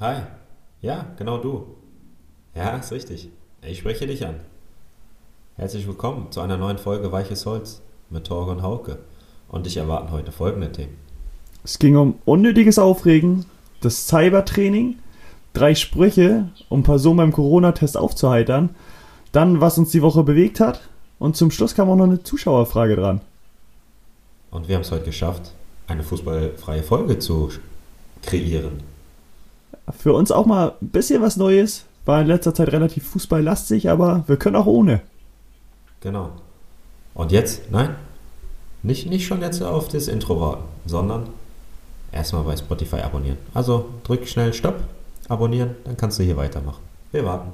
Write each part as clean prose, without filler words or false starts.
Hi. Ja, genau du. Ja, ist richtig. Ich spreche dich an. Herzlich willkommen zu einer neuen Folge Weiches Holz mit Torge und Hauke. Und dich erwarten heute folgende Themen. Es ging um unnötiges Aufregen, das Cybertraining, 3 Sprüche, um ein paar so beim Corona-Test aufzuheitern, dann, was uns die Woche bewegt hat und zum Schluss kam auch noch eine Zuschauerfrage dran. Und wir haben es heute geschafft, eine fußballfreie Folge zu kreieren. Für uns auch mal ein bisschen was Neues, war in letzter Zeit relativ fußballlastig, aber wir können auch ohne. Genau. Und jetzt, nein, nicht schon jetzt auf das Intro warten, sondern erstmal bei Spotify abonnieren. Also drück schnell Stopp, abonnieren, dann kannst du hier weitermachen. Wir warten.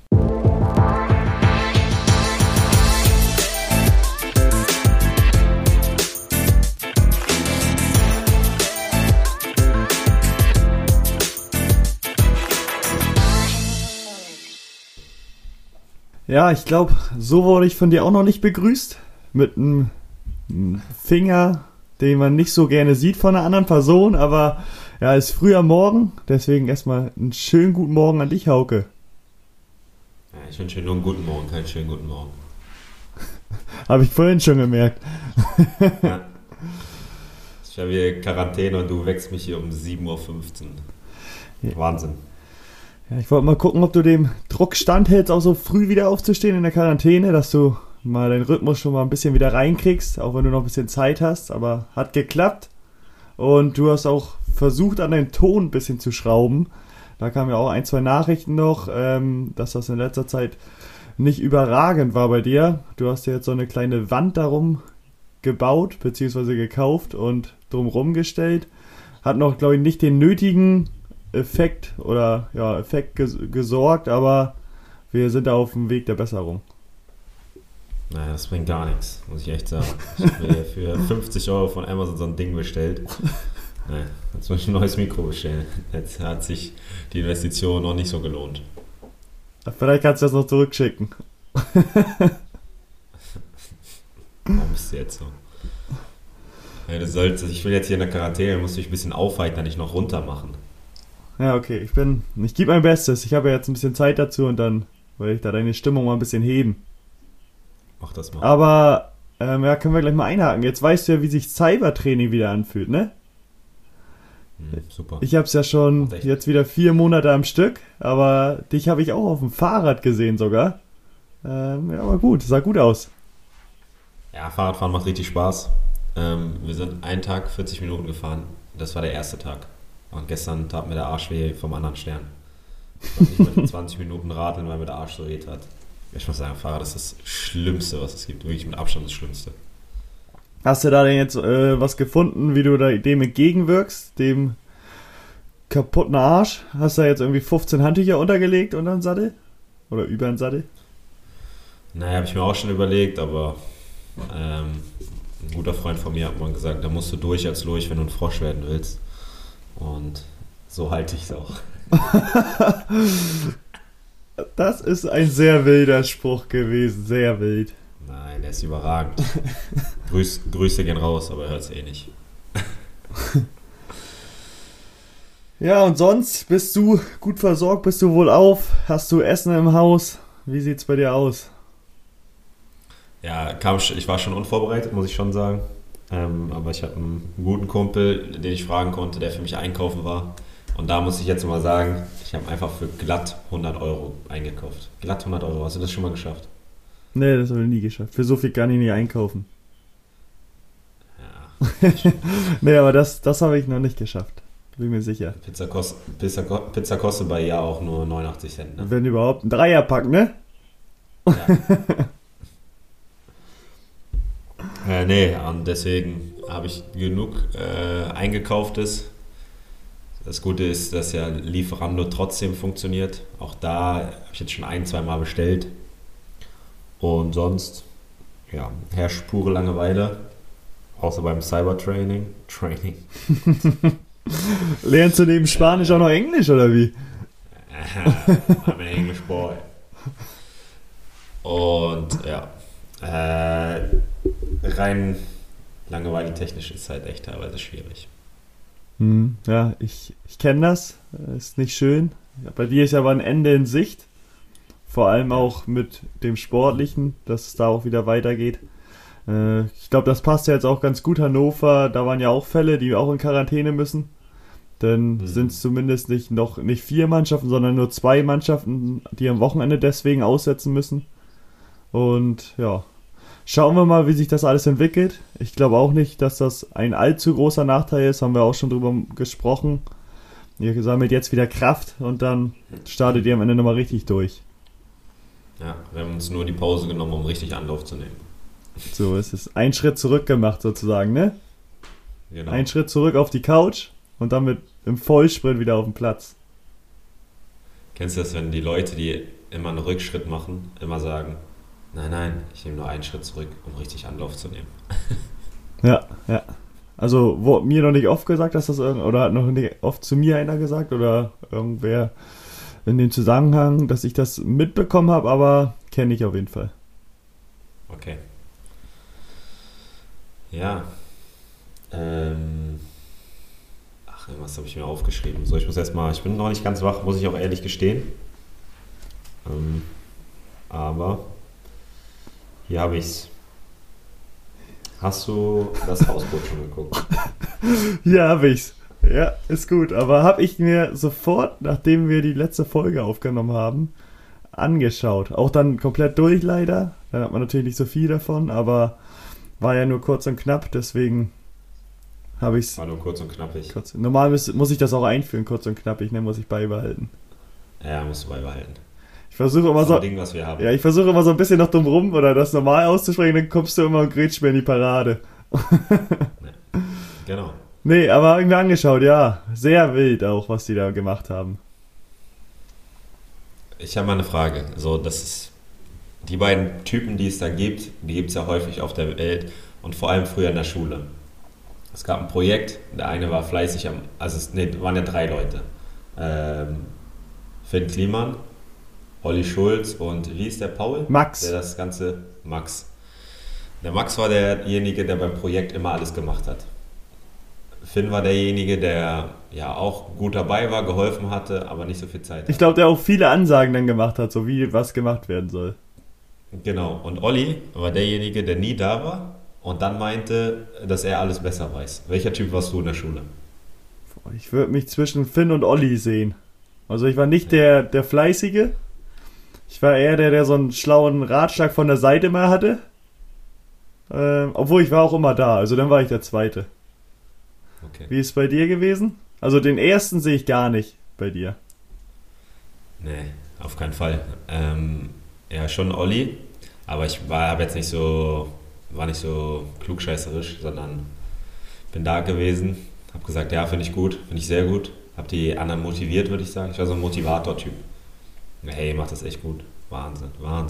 Ja, ich glaube, so wurde ich von dir auch noch nicht begrüßt. Mit einem Finger, den man nicht so gerne sieht von einer anderen Person, aber ja, ist früh am Morgen, deswegen erstmal einen schönen guten Morgen an dich, Hauke. Ja, ich wünsche dir nur einen guten Morgen, keinen schönen guten Morgen. Habe ich vorhin schon gemerkt. Ja. Ich habe hier Quarantäne und du wächst mich hier um 7:15 Uhr. Ja. Wahnsinn. Ja, ich wollte mal gucken, ob du dem Druck standhältst, auch so früh wieder aufzustehen in der Quarantäne, dass du mal deinen Rhythmus schon mal ein bisschen wieder reinkriegst, auch wenn du noch ein bisschen Zeit hast, aber hat geklappt. Und du hast auch versucht, an deinem Ton ein bisschen zu schrauben. Da kamen ja auch 1, 2 Nachrichten noch, dass das in letzter Zeit nicht überragend war bei dir. Du hast dir jetzt so eine kleine Wand darum gebaut, beziehungsweise gekauft und drumrum gestellt. Hat noch, glaube ich, nicht den nötigen Effekt gesorgt, aber wir sind da auf dem Weg der Besserung. Naja, das bringt gar nichts, muss ich echt sagen. Ich habe mir für 50 Euro von Amazon so ein Ding bestellt. Naja, jetzt muss ich ein neues Mikro bestellen. Jetzt hat sich die Investition noch nicht so gelohnt. Vielleicht kannst du das noch zurückschicken. Warum bist du jetzt so? Ja, ich will jetzt hier in der Quarantäne, musst du dich ein bisschen aufheitern, nicht noch runter machen. Ja, okay, ich gebe mein Bestes. Ich habe ja jetzt ein bisschen Zeit dazu und dann will ich da deine Stimmung mal ein bisschen heben. Mach das mal. Aber, können wir gleich mal einhaken. Jetzt weißt du ja, wie sich Cybertraining wieder anfühlt, ne? Super. Ich habe es ja schon jetzt wieder 4 Monate am Stück, aber dich habe ich auch auf dem Fahrrad gesehen sogar. Ja, aber gut, sah gut aus. Ja, Fahrradfahren macht richtig Spaß. Wir sind einen Tag 40 Minuten gefahren. Das war der erste Tag. Und gestern tat mir der Arsch weh vom anderen Stern. Ich konnte nicht mehr für 20 Minuten radeln, weil mir der Arsch so weh tat. Ich muss sagen, Fahrrad ist das Schlimmste, was es gibt. Wirklich mit Abstand das Schlimmste. Hast du da denn jetzt was gefunden, wie du dem entgegenwirkst, dem kaputten Arsch? Hast du da jetzt irgendwie 15 Handtücher untergelegt unter den Sattel? Oder über den Sattel? Naja, habe ich mir auch schon überlegt, aber ein guter Freund von mir hat mal gesagt, da musst du durch als Lurch, wenn du ein Frosch werden willst. Und so halte ich es auch. Das ist ein sehr wilder Spruch gewesen, sehr wild. Nein, der ist überragend. Grüße gehen raus, aber er hört es eh nicht. Ja, und sonst, bist du gut versorgt, bist du wohlauf? Hast du Essen im Haus? Wie sieht's bei dir aus? Ja, ich war schon unvorbereitet, muss ich schon sagen. Aber ich habe einen guten Kumpel, den ich fragen konnte, der für mich einkaufen war. Und da muss ich jetzt mal sagen, ich habe einfach für glatt 100 Euro eingekauft. Glatt 100 Euro, hast du das schon mal geschafft? Nee, das habe ich nie geschafft. Für so viel kann ich nicht einkaufen. Ja. Nee, aber das habe ich noch nicht geschafft. Bin mir sicher. Pizza kostet bei ja auch nur 89 Cent, ne? Wenn überhaupt. Ein Dreierpack, ne? Ja. Nee, und deswegen habe ich genug Eingekauftes. Das Gute ist, dass ja Lieferando trotzdem funktioniert. Auch da habe ich jetzt schon 1, 2 Mal bestellt. Und sonst, ja, herrscht pure Langeweile. Außer beim Cybertraining. Lernst du neben Spanisch auch noch Englisch, oder wie? I'm an English boy. Und ja, rein Langeweile technisch ist halt echt teilweise schwierig. Ja, ich kenne das. Ist nicht schön. Ja, bei dir ist ja aber ein Ende in Sicht. Vor allem auch mit dem Sportlichen, dass es da auch wieder weitergeht. Ich glaube, das passt ja jetzt auch ganz gut. Hannover, da waren ja auch Fälle, die auch in Quarantäne müssen. Dann sind es zumindest nicht 4 Mannschaften, sondern nur 2 Mannschaften, die am Wochenende deswegen aussetzen müssen. Und ja, schauen wir mal, wie sich das alles entwickelt. Ich glaube auch nicht, dass das ein allzu großer Nachteil ist, haben wir auch schon drüber gesprochen. Ihr sammelt jetzt wieder Kraft und dann startet ihr am Ende nochmal richtig durch. Ja, wir haben uns nur die Pause genommen, um richtig Anlauf zu nehmen. So, es ist ein Schritt zurück gemacht sozusagen, ne? Genau. Ein Schritt zurück auf die Couch und dann im Vollsprint wieder auf den Platz. Kennst du das, wenn die Leute, die immer einen Rückschritt machen, immer sagen, nein, ich nehme nur einen Schritt zurück, um richtig Anlauf zu nehmen. Ja. Also, wurde mir noch nicht oft gesagt, dass das oder hat noch nicht oft zu mir einer gesagt oder irgendwer in dem Zusammenhang, dass ich das mitbekommen habe, aber kenne ich auf jeden Fall. Okay. Ja. Was habe ich mir aufgeschrieben? So, ich bin noch nicht ganz wach, muss ich auch ehrlich gestehen. Aber hier habe ich's. Hast du das Hausboot schon geguckt? Hier habe ich's. Ja, ist gut. Aber habe ich mir sofort, nachdem wir die letzte Folge aufgenommen haben, angeschaut. Auch dann komplett durch leider. Dann hat man natürlich nicht so viel davon, aber war ja nur kurz und knapp, deswegen habe ich's. War nur kurz und knappig. Normal muss ich das auch einführen, kurz und knappig, ne, muss ich beibehalten. Ja, musst du beibehalten. Ich versuche immer so. Ding, was wir haben. Ja, ich versuche immer so ein bisschen noch drum rum oder das normal auszusprechen, dann kommst du immer und grätschst mir in die Parade. Genau. Nee, aber habe ich mir angeschaut, ja. Sehr wild auch, was die da gemacht haben. Ich habe mal eine Frage. So, das ist die beiden Typen, die es da gibt, die gibt es ja häufig auf der Welt und vor allem früher in der Schule. Es gab ein Projekt, der eine war fleißig waren ja 3 Leute. Finn Kliman, Olli Schulz und wie ist der Paul? Max. Max. Der Max war derjenige, der beim Projekt immer alles gemacht hat. Finn war derjenige, der ja auch gut dabei war, geholfen hatte, aber nicht so viel Zeit hatte. Ich glaube, der auch viele Ansagen dann gemacht hat, so wie was gemacht werden soll. Genau. Und Olli war derjenige, der nie da war und dann meinte, dass er alles besser weiß. Welcher Typ warst du in der Schule? Ich würde mich zwischen Finn und Olli sehen. Also ich war nicht der Fleißige. Ich war eher der so einen schlauen Ratschlag von der Seite mal hatte. Obwohl ich war auch immer da, also dann war ich der Zweite. Okay. Wie ist es bei dir gewesen? Also den ersten sehe ich gar nicht bei dir. Nee, auf keinen Fall. Ja, schon Olli, aber war nicht so klugscheißerisch, sondern bin da gewesen, habe gesagt, ja, finde ich gut, finde ich sehr gut. Habe die anderen motiviert, würde ich sagen. Ich war so ein Motivator-Typ. Hey, macht das echt gut. Wahnsinn.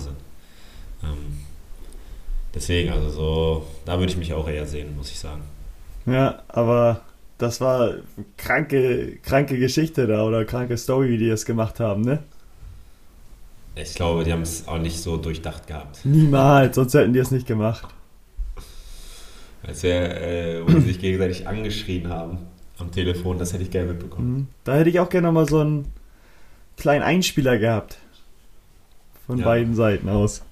Deswegen, also so, da würde ich mich auch eher sehen, muss ich sagen. Ja, aber das war kranke Geschichte da oder kranke Story, wie die das gemacht haben, ne? Ich glaube, die haben es auch nicht so durchdacht gehabt. Niemals, sonst hätten die es nicht gemacht. Als wo sie sich gegenseitig angeschrien haben am Telefon, das hätte ich gerne mitbekommen. Da hätte ich auch gerne mal so einen kleinen Einspieler gehabt. Von beiden Seiten aus.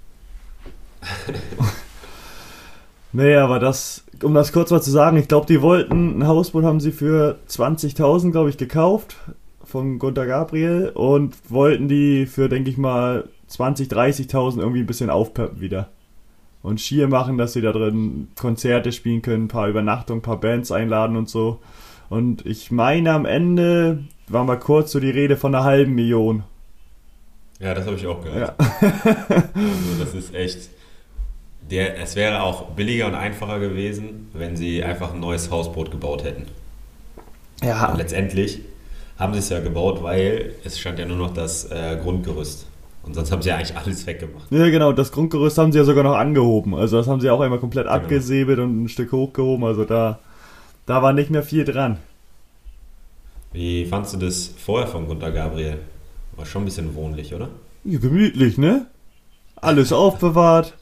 Nee, aber um das kurz mal zu sagen, ich glaube, die wollten, ein Hausboot haben sie für 20.000, glaube ich, gekauft von Gunter Gabriel und wollten die für, denke ich mal, 20.000, 30.000 irgendwie ein bisschen aufpeppen wieder. Und Schier machen, dass sie da drin Konzerte spielen können, ein paar Übernachtungen, ein paar Bands einladen und so. Und ich meine, am Ende war mal kurz so die Rede von 500.000. Ja, das habe ich auch gehört. Ja. Also das ist echt... Es wäre auch billiger und einfacher gewesen, wenn sie einfach ein neues Hausboot gebaut hätten. Ja. Und letztendlich haben sie es ja gebaut, weil es stand ja nur noch das Grundgerüst. Und sonst haben sie ja eigentlich alles weggemacht. Ja, genau, das Grundgerüst haben sie ja sogar noch angehoben. Also das haben sie auch einmal komplett abgesäbelt und ein Stück hochgehoben. Also da war nicht mehr viel dran. Wie fandst du das vorher von Gunter Gabriel? War schon ein bisschen wohnlich, oder? Ja, gemütlich, ne? Alles aufbewahrt.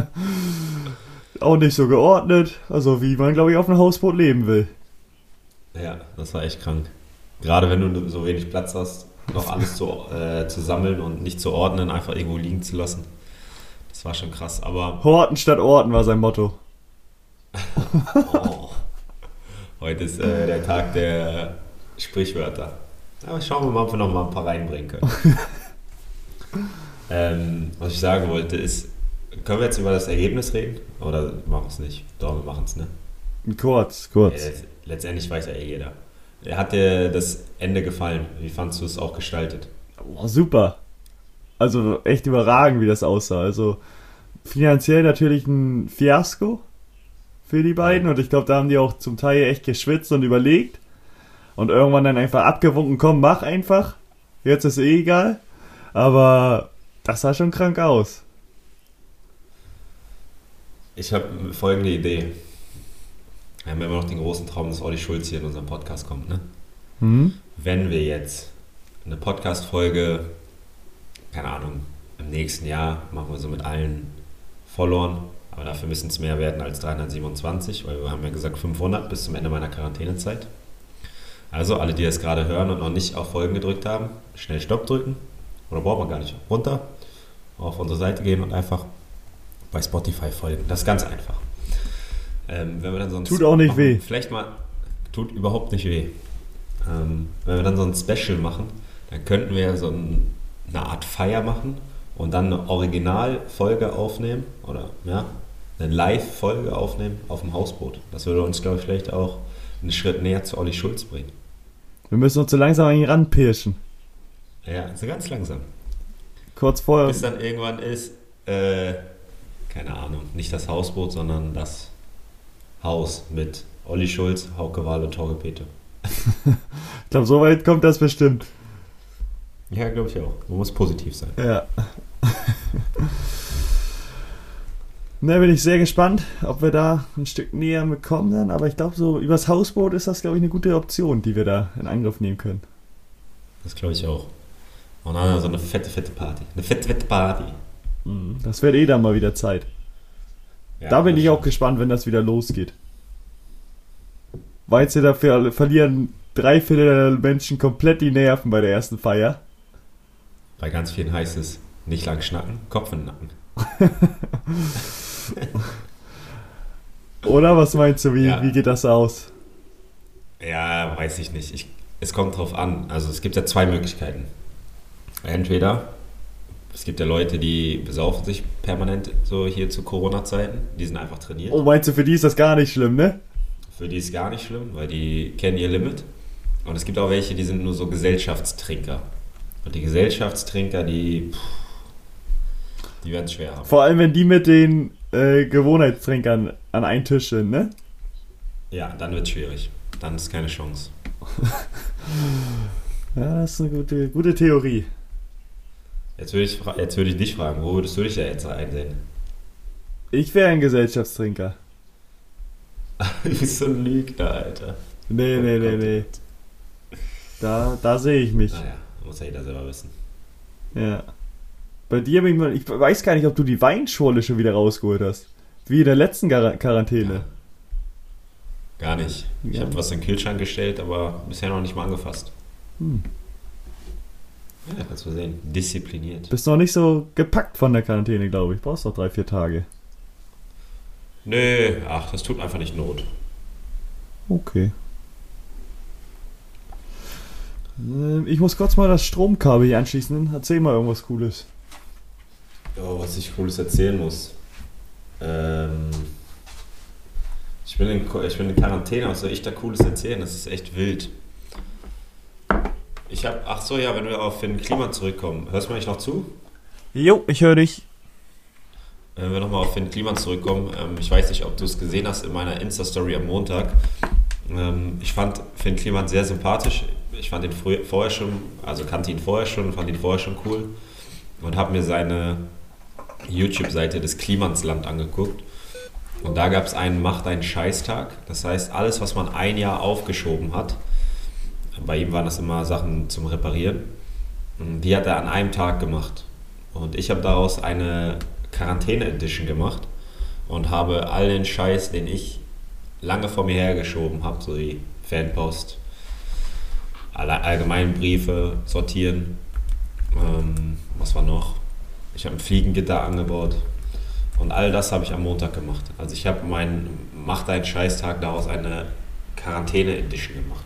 Auch nicht so geordnet. Also wie man, glaube ich, auf einem Hausboot leben will. Ja, das war echt krank. Gerade wenn du so wenig Platz hast, noch alles zu sammeln und nicht zu ordnen, einfach irgendwo liegen zu lassen. Das war schon krass, aber Horten statt Orten war sein Motto. oh, heute ist der Tag der Sprichwörter. Aber schauen wir mal, ob wir noch mal ein paar reinbringen können. Was ich sagen wollte ist, können wir jetzt über das Ergebnis reden? Oder machen wir es nicht? Doch, wir machen es, ne? Kurz. Letztendlich weiß ja eh jeder. Hat dir das Ende gefallen? Wie fandst du es auch gestaltet? Boah, super. Also echt überragend, wie das aussah. Also finanziell natürlich ein Fiasko für die beiden. Und ich glaube, da haben die auch zum Teil echt geschwitzt und überlegt. Und irgendwann dann einfach abgewunken, komm, mach einfach. Jetzt ist eh egal. Aber das sah schon krank aus. Ich habe folgende Idee. Wir haben immer noch den großen Traum, dass Olli Schulz hier in unserem Podcast kommt, ne? Mhm. Wenn wir jetzt eine Podcast-Folge, keine Ahnung, im nächsten Jahr machen wir so mit allen Followern, aber dafür müssen es mehr werden als 327, weil wir haben ja gesagt 500 bis zum Ende meiner Quarantänezeit. Also alle, die das gerade hören und noch nicht auf Folgen gedrückt haben, schnell Stopp drücken, oder braucht man gar nicht, runter, auf unsere Seite gehen und einfach bei Spotify folgen. Das ist ganz einfach. Wenn wir dann sonst Tut auch nicht weh. Vielleicht mal, tut überhaupt nicht weh. Wenn wir dann so ein Special machen, dann könnten wir so eine Art Feier machen und dann eine Originalfolge aufnehmen oder ja, eine Live-Folge aufnehmen auf dem Hausboot. Das würde uns, glaube ich, vielleicht auch einen Schritt näher zu Olli Schulz bringen. Wir müssen uns so langsam an ihn ranpirschen. Ja, so ganz langsam. Kurz vorher. Bis dann irgendwann ist, keine Ahnung, nicht das Hausboot, sondern das Haus mit Olli Schulz, Hauke Wahl und Torge Peter. Ich glaube, so weit kommt das bestimmt. Ja, glaube ich auch. Man muss positiv sein. Ja. Ne, bin ich sehr gespannt, ob wir da ein Stück näher mitkommen dann. Aber ich glaube, so übers Hausboot ist das, glaube ich, eine gute Option, die wir da in Angriff nehmen können. Das glaube ich auch. Und dann so eine fette Party. Eine fette Party. Das wird eh dann mal wieder Zeit. Ja, Da bin ich das auch gespannt, wenn das wieder losgeht. Weißt du, dafür verlieren 3/4 der Menschen komplett die Nerven bei der ersten Feier. Bei ganz vielen heißt es, nicht lang schnacken, Kopf in den Nacken. Oder was meinst du, Ja. wie geht das aus? Ja, weiß ich nicht. Es kommt drauf an. Also es gibt ja zwei Möglichkeiten. Entweder, es gibt ja Leute, die besaufen sich permanent so hier zu Corona-Zeiten. Die sind einfach trainiert. Oh, meinst du, für die ist das gar nicht schlimm, ne? Für die ist gar nicht schlimm, weil die kennen ihr Limit. Und es gibt auch welche, die sind nur so Gesellschaftstrinker. Und die Gesellschaftstrinker, die werden es schwer haben. Vor allem, wenn die mit den Gewohnheitstrinkern an einen Tisch sind, ne? Ja, dann wird es schwierig. Dann ist keine Chance. Ja, das ist eine gute Theorie. Jetzt würde ich dich fragen, wo würdest du dich da jetzt einsehen? Ich wäre ein Gesellschaftstrinker. Du bist so ein Lügner, Alter. Nee. Da sehe ich mich. Naja, muss ja jeder selber wissen. Ja. Bei dir bin ich weiß gar nicht, ob du die Weinschorle schon wieder rausgeholt hast. Wie in der letzten Quarantäne. Ja. Gar nicht. Ich Ja. habe was in den Kühlschrank gestellt, aber bisher noch nicht mal angefasst. Ja, kannst du sehen. Diszipliniert. Bist noch nicht so gepackt von der Quarantäne, glaube ich. Brauchst noch 3-4 Tage. Nö, ach, das tut einfach nicht Not. Okay. Ich muss kurz mal das Stromkabel hier anschließen. Erzähl mal irgendwas Cooles. Oh, was ich Cooles erzählen muss. Ich bin in Quarantäne, was soll ich da Cooles erzählen? Das ist echt wild. Ach so, ja, wenn wir auf den Klima zurückkommen. Hörst du mich noch zu? Jo, ich höre dich. Wenn wir nochmal auf den Klima zurückkommen, ich weiß nicht, ob du es gesehen hast in meiner Insta-Story am Montag. Ich fand Finn Kliman sehr sympathisch. Ich fand ihn vorher schon, also kannte ihn vorher schon und fand ihn vorher schon cool. Und habe mir seine YouTube-Seite des Klimansland angeguckt. Und da gab es einen Macht einen Scheißtag. Das heißt, alles, was man ein Jahr aufgeschoben hat, bei ihm waren das immer Sachen zum Reparieren, die hat er an einem Tag gemacht. Und ich habe daraus eine Quarantäne-Edition gemacht und habe all den Scheiß, den ich lange vor mir hergeschoben habe, so wie Fanpost, allgemeinen Briefe sortieren. Was war noch? Ich habe ein Fliegengitter angebaut. Und all das habe ich am Montag gemacht. Also ich habe meinen Mach deinen Scheißtag daraus eine Quarantäne-Edition gemacht.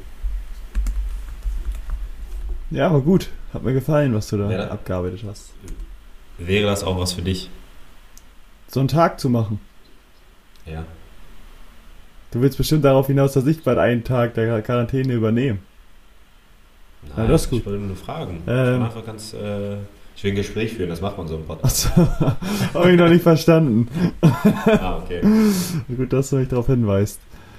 Ja, aber gut. Hat mir gefallen, was du da Ja. abgearbeitet hast. Wäre das auch was für dich? So einen Tag zu machen. Ja. Du willst bestimmt darauf hinaus, dass ich bald einen Tag der Quarantäne übernehme. Nein, Ja, das ist gut. Ich wollte nur fragen. Nachher ich will ein Gespräch führen, das macht man so im Podcast. Achso, habe ich noch nicht verstanden. Okay. Gut, dass du mich darauf hinweist.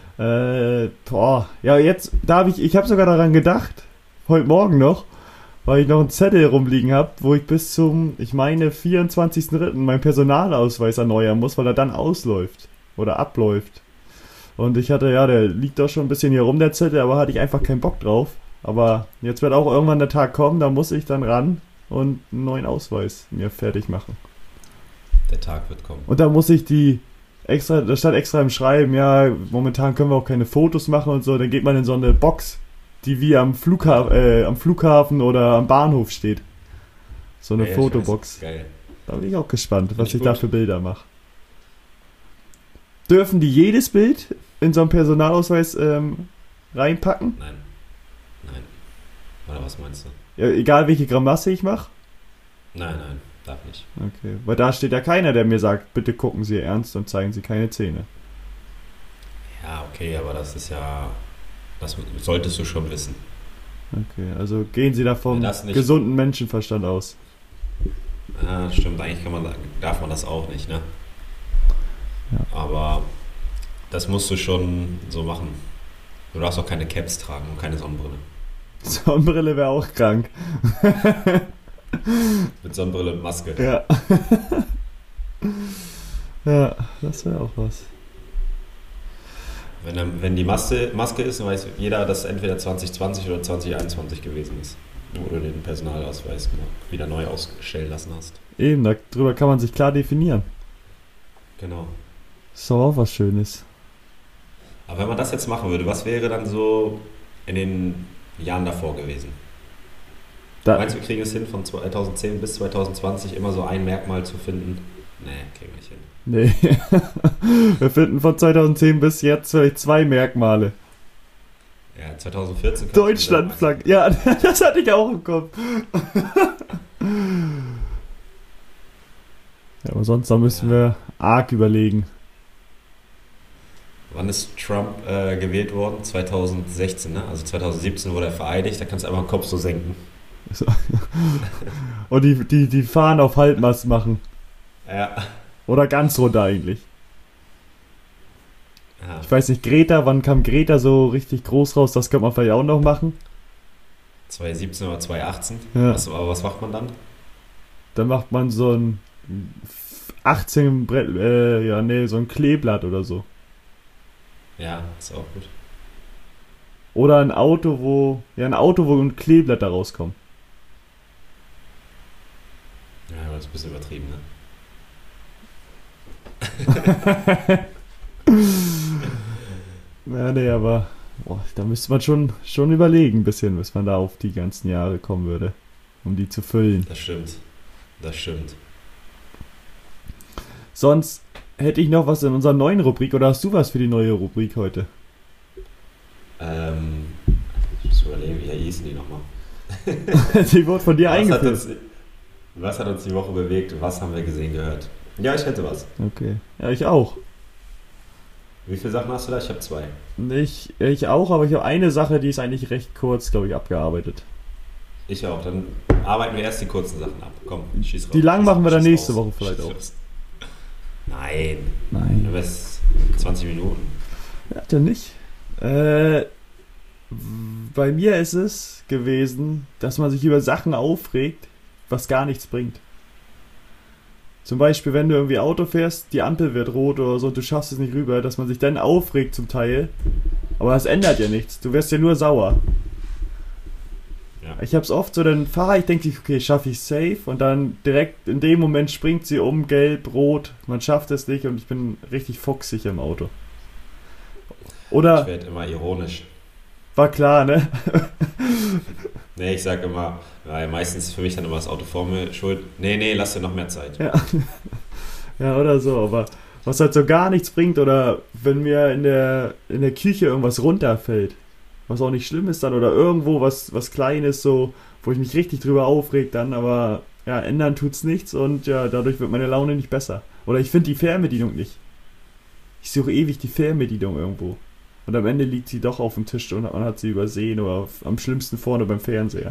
Ja, jetzt, ich habe sogar daran gedacht, heute Morgen noch, weil ich noch einen Zettel rumliegen habe, wo ich bis zum, ich meine, 24.03. meinen Personalausweis erneuern muss, weil er dann ausläuft oder abläuft. Und ich hatte, ja, der liegt doch schon ein bisschen hier rum, der Zettel, aber hatte ich einfach keinen Bock drauf. Aber jetzt wird auch irgendwann der Tag kommen, da muss ich dann ran und einen neuen Ausweis mir fertig machen. Der Tag wird kommen. Und da muss ich da stand extra im Schreiben, ja, momentan können wir auch keine Fotos machen und so, dann geht man in so eine Box, die wie am Flughafen oder am Bahnhof steht. So eine Ja, Fotobox. Geil. Da bin ich auch gespannt, was ich ich gut. da für Bilder mache. Dürfen die jedes Bild in so einen Personalausweis reinpacken? Nein. Oder was meinst du? Ja, egal welche Grimasse ich mache? Nein, darf nicht. Okay, weil da steht ja keiner, der mir sagt, bitte gucken Sie ernst und zeigen Sie keine Zähne. Ja, okay, aber das solltest du schon wissen. Okay, also gehen Sie da vom Wenn das nicht- gesunden Menschenverstand aus. Ja, stimmt, eigentlich darf man das auch nicht, ne? Ja. Aber das musst du schon so machen. Du darfst auch keine Caps tragen und keine Sonnenbrille. Sonnenbrille wäre auch krank. Mit Sonnenbrille und Maske. Ja. Ja, das wäre auch was. Wenn die Maske ist, dann weiß jeder, dass es entweder 2020 oder 2021 gewesen ist, wo du den Personalausweis wieder neu ausstellen lassen hast. Eben, darüber kann man sich klar definieren. Genau. Ist doch auch was Schönes. Aber wenn man das jetzt machen würde, was wäre dann so in den Jahren davor gewesen? Meinst du, wir kriegen es hin, von 2010 bis 2020 immer so ein Merkmal zu finden? Nee, kriegen wir nicht hin. Nee. Wir finden von 2010 bis jetzt vielleicht 2 Merkmale. Ja, 2014... Deutschlandflagge. Ja, das hatte ich auch im Kopf. Ja, aber sonst da müssen wir arg überlegen. Wann ist Trump gewählt worden? 2016, ne? Also 2017 wurde er vereidigt, da kannst du einfach den Kopf so senken. Und die Fahnen auf Halbmast machen. Ja. Oder ganz runter eigentlich. Ja. Ich weiß nicht, Greta, wann kam Greta so richtig groß raus? Das könnte man vielleicht auch noch machen. 2017 oder 2018. Ja. Was macht man dann? Dann macht man so ein 18 Brett, so ein Kleeblatt oder so. Ja, ist auch gut. Oder ein Auto, wo ein Kleeblatt da rauskommt. Ja, das ist ein bisschen übertrieben, ne? Ja, nee, aber da müsste man schon überlegen ein bisschen, bis man da auf die ganzen Jahre kommen würde, um die zu füllen. Das stimmt. Sonst hätte ich noch was in unserer neuen Rubrik, oder hast du was für die neue Rubrik heute? Ich muss überlegen, wie hießen die nochmal? Die wurde von dir eingeführt. Was hat uns die Woche bewegt? Was haben wir gesehen, gehört? Ja, ich hätte was. Okay. Ja, ich auch. Wie viele Sachen hast du da? Ich habe 2. Ich auch, aber ich habe eine Sache, die ist eigentlich recht kurz, glaube ich, abgearbeitet. Ich auch. Dann arbeiten wir erst die kurzen Sachen ab. Komm, schieß raus. Die lang machen wir dann Schieß nächste raus. Woche vielleicht Schieß auch. los. Nein. Nein. Du bist 20 Minuten. Ja, dann nicht. Bei mir ist es gewesen, dass man sich über Sachen aufregt, was gar nichts bringt. Zum Beispiel, wenn du irgendwie Auto fährst, die Ampel wird rot oder so und du schaffst es nicht rüber, dass man sich dann aufregt zum Teil. Aber das ändert ja nichts. Du wirst ja nur sauer. Ja. Ich hab's oft so, dann fahre ich, denke ich, okay, schaffe ich safe und dann direkt in dem Moment springt sie um, gelb, rot, man schafft es nicht und ich bin richtig fuchsig im Auto. Ich Oder, werde immer ironisch. war klar, ne? Nee, ich sag immer, weil meistens ist für mich dann immer das Auto vor mir schuld. Nee, lass dir noch mehr Zeit. Ja. Ja, oder so, aber was halt so gar nichts bringt oder wenn mir in der Küche irgendwas runterfällt, was auch nicht schlimm ist dann oder irgendwo was Kleines so, wo ich mich richtig drüber aufreg dann, aber ja, ändern tut's nichts und ja, dadurch wird meine Laune nicht besser. Oder ich finde die Fernbedienung nicht. Ich suche ewig die Fernbedienung irgendwo. Und am Ende liegt sie doch auf dem Tisch und man hat sie übersehen oder am schlimmsten vorne beim Fernseher.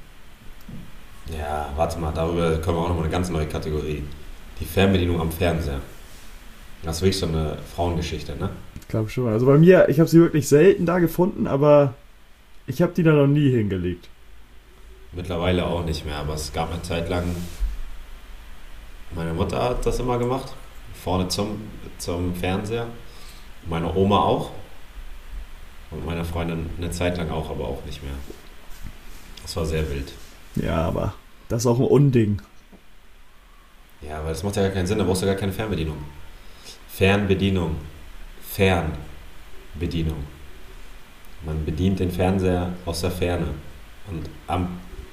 Ja, warte mal, darüber können wir auch nochmal eine ganz neue Kategorie. Die Fernbedienung am Fernseher. Das ist wirklich so eine Frauengeschichte, ne? Ich glaube schon. Also bei mir, ich habe sie wirklich selten da gefunden, aber ich habe die da noch nie hingelegt. Mittlerweile auch nicht mehr, aber es gab eine Zeit lang, meine Mutter hat das immer gemacht, vorne zum Fernseher. Meine Oma auch. Und meine Freundin eine Zeit lang auch, aber auch nicht mehr. Das war sehr wild. Ja, aber das ist auch ein Unding. Ja, weil das macht ja gar keinen Sinn, da brauchst du gar keine Fernbedienung. Fernbedienung. Fernbedienung. Man bedient den Fernseher aus der Ferne. Und am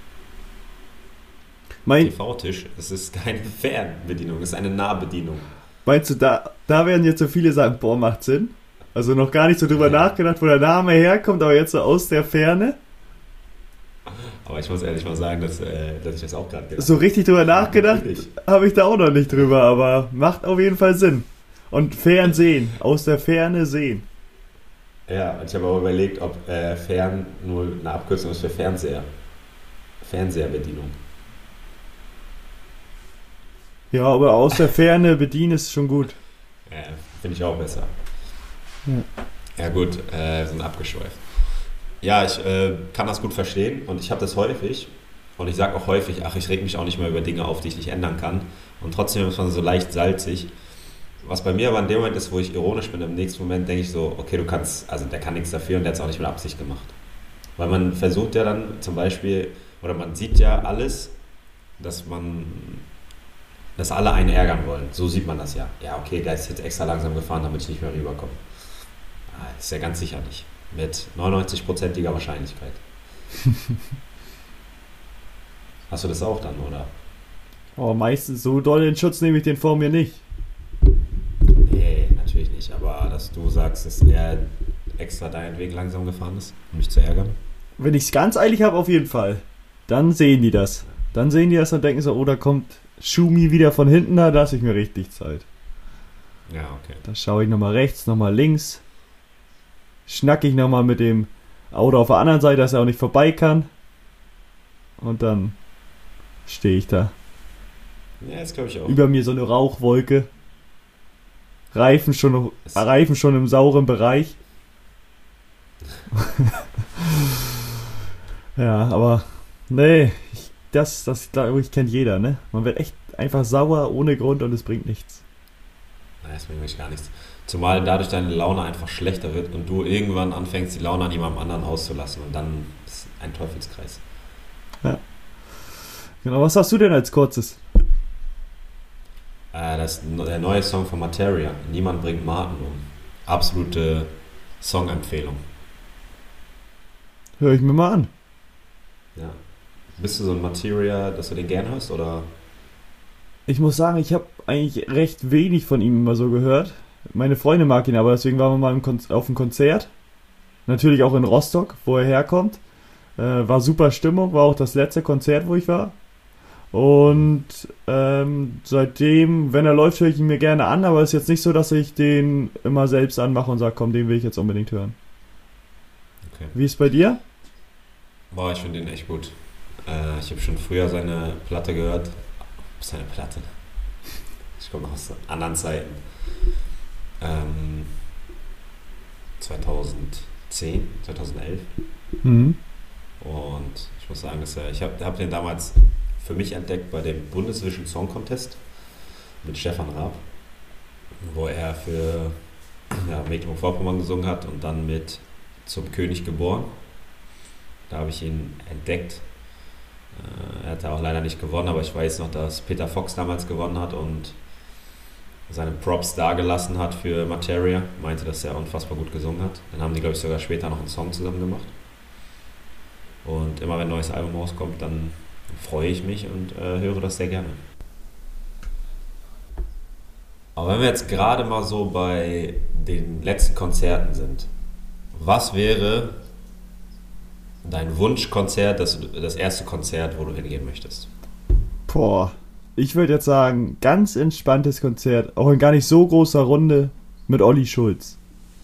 TV-Tisch, es ist keine Fernbedienung, es ist eine Nahbedienung. Meinst du, da werden jetzt so viele sagen, boah, macht Sinn? Also noch gar nicht so drüber nachgedacht, wo der Name herkommt, aber jetzt so aus der Ferne? Aber ich muss ehrlich mal sagen, dass ich das auch gerade gedacht habe. So richtig drüber nachgedacht habe ich da auch noch nicht drüber, aber macht auf jeden Fall Sinn. Und Fernsehen, aus der Ferne sehen. Ja, und ich habe auch überlegt, ob Fern nur eine Abkürzung ist für Fernseher. Fernseherbedienung. Ja, aber aus der Ferne bedienen ist schon gut. Ja, finde ich auch besser. Ja gut, sind abgeschweift. Ja, ich kann das gut verstehen und ich habe das häufig und ich sage auch häufig, ach, ich reg mich auch nicht mehr über Dinge auf, die ich nicht ändern kann und trotzdem ist man so leicht salzig. Was bei mir aber in dem Moment ist, wo ich ironisch bin, im nächsten Moment denke ich so, okay, du kannst, also der kann nichts dafür und der hat es auch nicht mit Absicht gemacht. Weil man versucht ja dann zum Beispiel, oder man sieht ja alles, dass alle einen ärgern wollen. So sieht man das ja. Ja, okay, der ist jetzt extra langsam gefahren, damit ich nicht mehr rüberkomme. Ist ja ganz sicher nicht. Mit 99%iger Wahrscheinlichkeit. Hast du das auch dann, oder? Oh, meistens so doll in Schutz nehme ich den vor mir nicht. Nee, natürlich nicht. Aber dass du sagst, dass er extra deinen Weg langsam gefahren ist, um mich zu ärgern? Wenn ich es ganz eilig habe, auf jeden Fall. Dann sehen die das. Dann sehen die das und denken so, oh, da kommt Schumi wieder von hinten, da lasse ich mir richtig Zeit. Ja, okay. Da schaue ich nochmal rechts, nochmal links. Schnack ich nochmal mit dem Auto auf der anderen Seite, dass er auch nicht vorbei kann. Und dann stehe ich da. Ja, das glaube ich auch. Über mir so eine Rauchwolke. Reifen schon im sauren Bereich. Ja, aber nee, das glaube ich, kennt jeder, ne? Man wird echt einfach sauer ohne Grund und es bringt nichts. Nein, das bringt wirklich gar nichts. Zumal dadurch deine Laune einfach schlechter wird und du irgendwann anfängst, die Laune an jemandem anderen auszulassen und dann ist ein Teufelskreis. Ja. Genau, was hast du denn als kurzes? Das ist der neue Song von Materia. Niemand bringt Martin um. Absolute Songempfehlung. Hör ich mir mal an. Ja. Bist du so ein Materia, dass du den gern hörst, oder? Ich muss sagen, ich habe eigentlich recht wenig von ihm immer so gehört. Meine Freundin mag ihn aber, deswegen waren wir mal auf dem Konzert. Natürlich auch in Rostock, wo er herkommt. War super Stimmung, war auch das letzte Konzert, wo ich war. Und seitdem, wenn er läuft, höre ich ihn mir gerne an, aber es ist jetzt nicht so, dass ich den immer selbst anmache und sage, komm, den will ich jetzt unbedingt hören. Okay. Wie ist es bei dir? Boah, ich finde den echt gut. Ich habe schon früher seine Platte gehört. Seine Platte? Ich komme noch aus anderen Zeiten. 2010, 2011. Mhm. Und ich muss sagen, ich hab den damals für mich entdeckt bei dem Bundesvision Song Contest mit Stefan Raab, wo er für Mecklenburg-Vorpommern gesungen hat und dann mit Zum König geboren. Da habe ich ihn entdeckt. Er hat auch leider nicht gewonnen, aber ich weiß noch, dass Peter Fox damals gewonnen hat und seine Props dagelassen hat für Materia. Meinte, dass er unfassbar gut gesungen hat. Dann haben die, glaube ich, sogar später noch einen Song zusammen gemacht. Und immer wenn ein neues Album rauskommt, dann freue ich mich und höre das sehr gerne. Aber wenn wir jetzt gerade mal so bei den letzten Konzerten sind, was wäre dein Wunschkonzert, das erste Konzert, wo du hingehen möchtest? Boah, ich würde jetzt sagen, ganz entspanntes Konzert, auch in gar nicht so großer Runde mit Olli Schulz.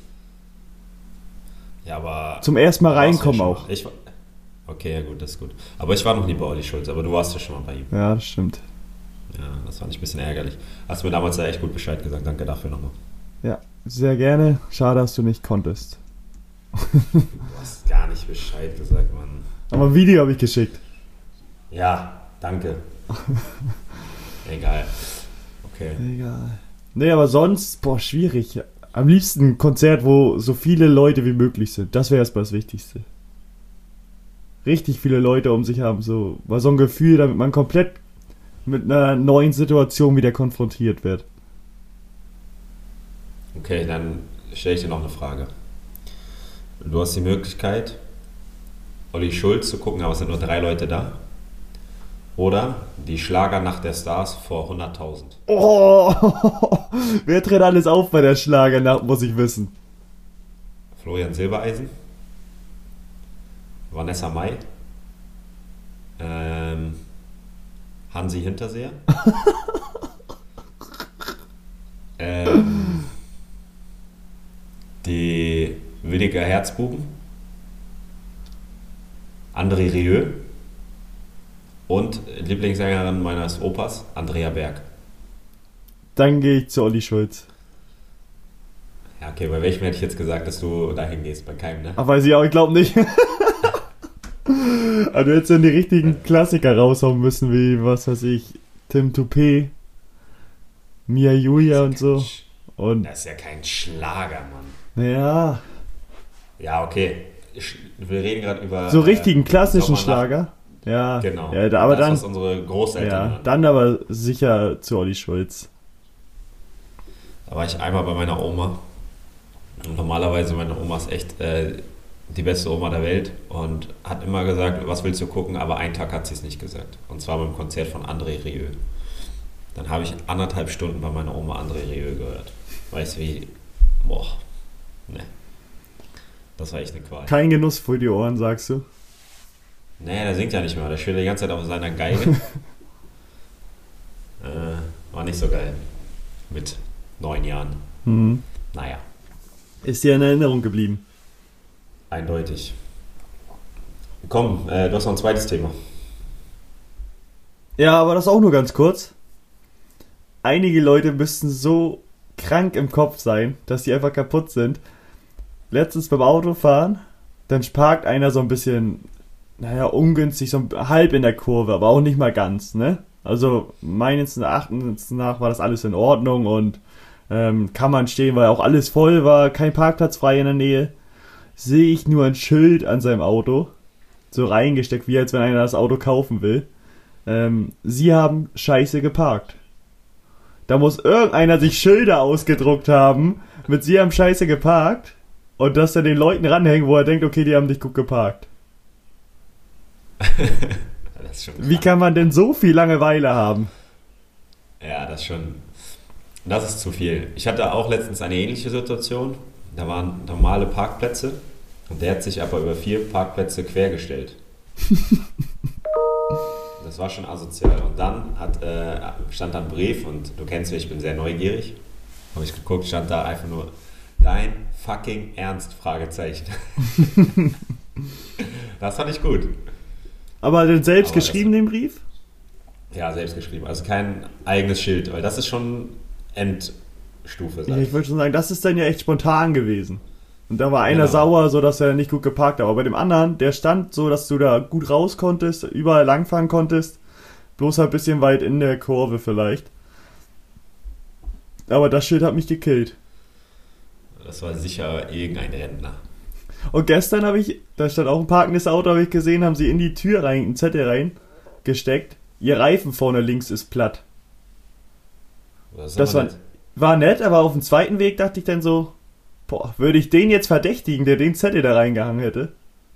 Ja, aber... Zum ersten Mal warst du reinkommen ja schon auch. mal. Okay, ja gut, das ist gut. Aber ich war noch nie bei Olli Schulz, aber du warst ja schon mal bei ihm. Ja, das stimmt. Ja, das fand ich ein bisschen ärgerlich. Hast mir damals ja echt gut Bescheid gesagt. Danke dafür nochmal. Ja, sehr gerne. Schade, dass du nicht konntest. Du hast gar nicht Bescheid gesagt, Mann. Aber ein Video habe ich geschickt. Ja, danke. Egal. Okay. Egal. Nee, aber sonst, boah, schwierig. Am liebsten ein Konzert, wo so viele Leute wie möglich sind. Das wäre erstmal das Wichtigste. Richtig viele Leute um sich haben, so ein Gefühl, damit man komplett mit einer neuen Situation wieder konfrontiert wird. Okay, dann stelle ich dir noch eine Frage. Du hast die Möglichkeit, Olli Schulz zu gucken, aber es sind nur 3 Leute da. Oder die Schlagernacht der Stars vor 100.000. Oh, wer tritt alles auf bei der Schlagernacht, muss ich wissen. Florian Silbereisen, Vanessa Mai, Hansi Hinterseher, die Williger Herzbuben, André Rieu und Lieblingssängerin meines Opas, Andrea Berg. Dann gehe ich zu Olli Schulz. Ja, okay, bei welchem hätte ich jetzt gesagt, dass du dahin gehst? Bei keinem, ne? Ach, weiß ich auch, ich glaube nicht. Aber du hättest dann die richtigen Klassiker raushauen müssen, wie, was weiß ich, Tim Toupé, Mia Julia und so. Und, Das ist ja kein Schlager, Mann. naja, Ja, okay. Wir reden gerade über... so richtigen klassischen Sommernacht. Schlager. Ja, Genau. ja, aber das, dann, was unsere Großeltern ja, hören. dann aber sicher zu Olli Schulz. Da war ich einmal bei meiner Oma. Und normalerweise, meine Oma ist echt die beste Oma der Welt und hat immer gesagt, was willst du gucken, aber einen Tag hat sie es nicht gesagt. Und zwar beim Konzert von André Rieu. Dann habe ich 1,5 Stunden bei meiner Oma André Rieu gehört. Weißt du wie? Boah. Ne. Das war echt eine Qual. Kein Genuss für die Ohren, sagst du? Nee, der singt ja nicht mehr. Der spielt die ganze Zeit auf seiner Geige. War nicht so geil. Mit 9 Jahren. Mhm. Naja, Ist dir in Erinnerung geblieben? eindeutig. Komm, du hast noch ein zweites Thema. Ja, aber das auch nur ganz kurz. Einige Leute müssten so krank im Kopf sein, dass die einfach kaputt sind. Letztens beim Autofahren, dann parkt einer so ein bisschen, naja, ungünstig, so halb in der Kurve, aber auch nicht mal ganz, ne? Also meines Erachtens nach war das alles in Ordnung und kann man stehen, weil auch alles voll war, kein Parkplatz frei in der Nähe. Sehe ich nur ein Schild an seinem Auto, so reingesteckt, wie als wenn einer das Auto kaufen will. Sie haben scheiße geparkt. Da muss irgendeiner sich Schilder ausgedruckt haben, mit sie haben scheiße geparkt und das dann den Leuten ranhängen, wo er denkt, okay, die haben nicht gut geparkt. Das ist schon Wie krank. kann man denn so viel Langeweile haben? Ja, das schon. Das ist zu viel. Ich hatte auch letztens eine ähnliche Situation. Da waren normale Parkplätze und der hat sich aber über 4 Parkplätze quergestellt. Das war schon asozial. Und dann stand da ein Brief und du kennst mich, ich bin sehr neugierig. Habe ich geguckt, stand da einfach nur dein fucking Ernst? Fragezeichen. Das fand ich gut. Aber den selbst Aber geschrieben, den Brief? Ja, selbst geschrieben. Also kein eigenes Schild, weil das ist schon Endstufe. Ja, Sag ich wollte schon sagen, das ist dann ja echt spontan gewesen. Und da war einer Genau. sauer, so dass er nicht gut geparkt hat. Aber bei dem anderen, der stand so, dass du da gut raus konntest, überall langfahren konntest. Bloß ein bisschen weit in der Kurve vielleicht. Aber das Schild hat mich gekillt. Das war sicher irgendein Rentner. Und gestern da stand auch ein parkendes Auto, habe ich gesehen, haben sie in die Tür rein, einen Zettel reingesteckt. Ihr Reifen vorne links ist platt. Was Das soll war, man war nett, aber auf dem zweiten Weg dachte ich dann so, boah, würde ich den jetzt verdächtigen, der den Zettel da reingehangen hätte?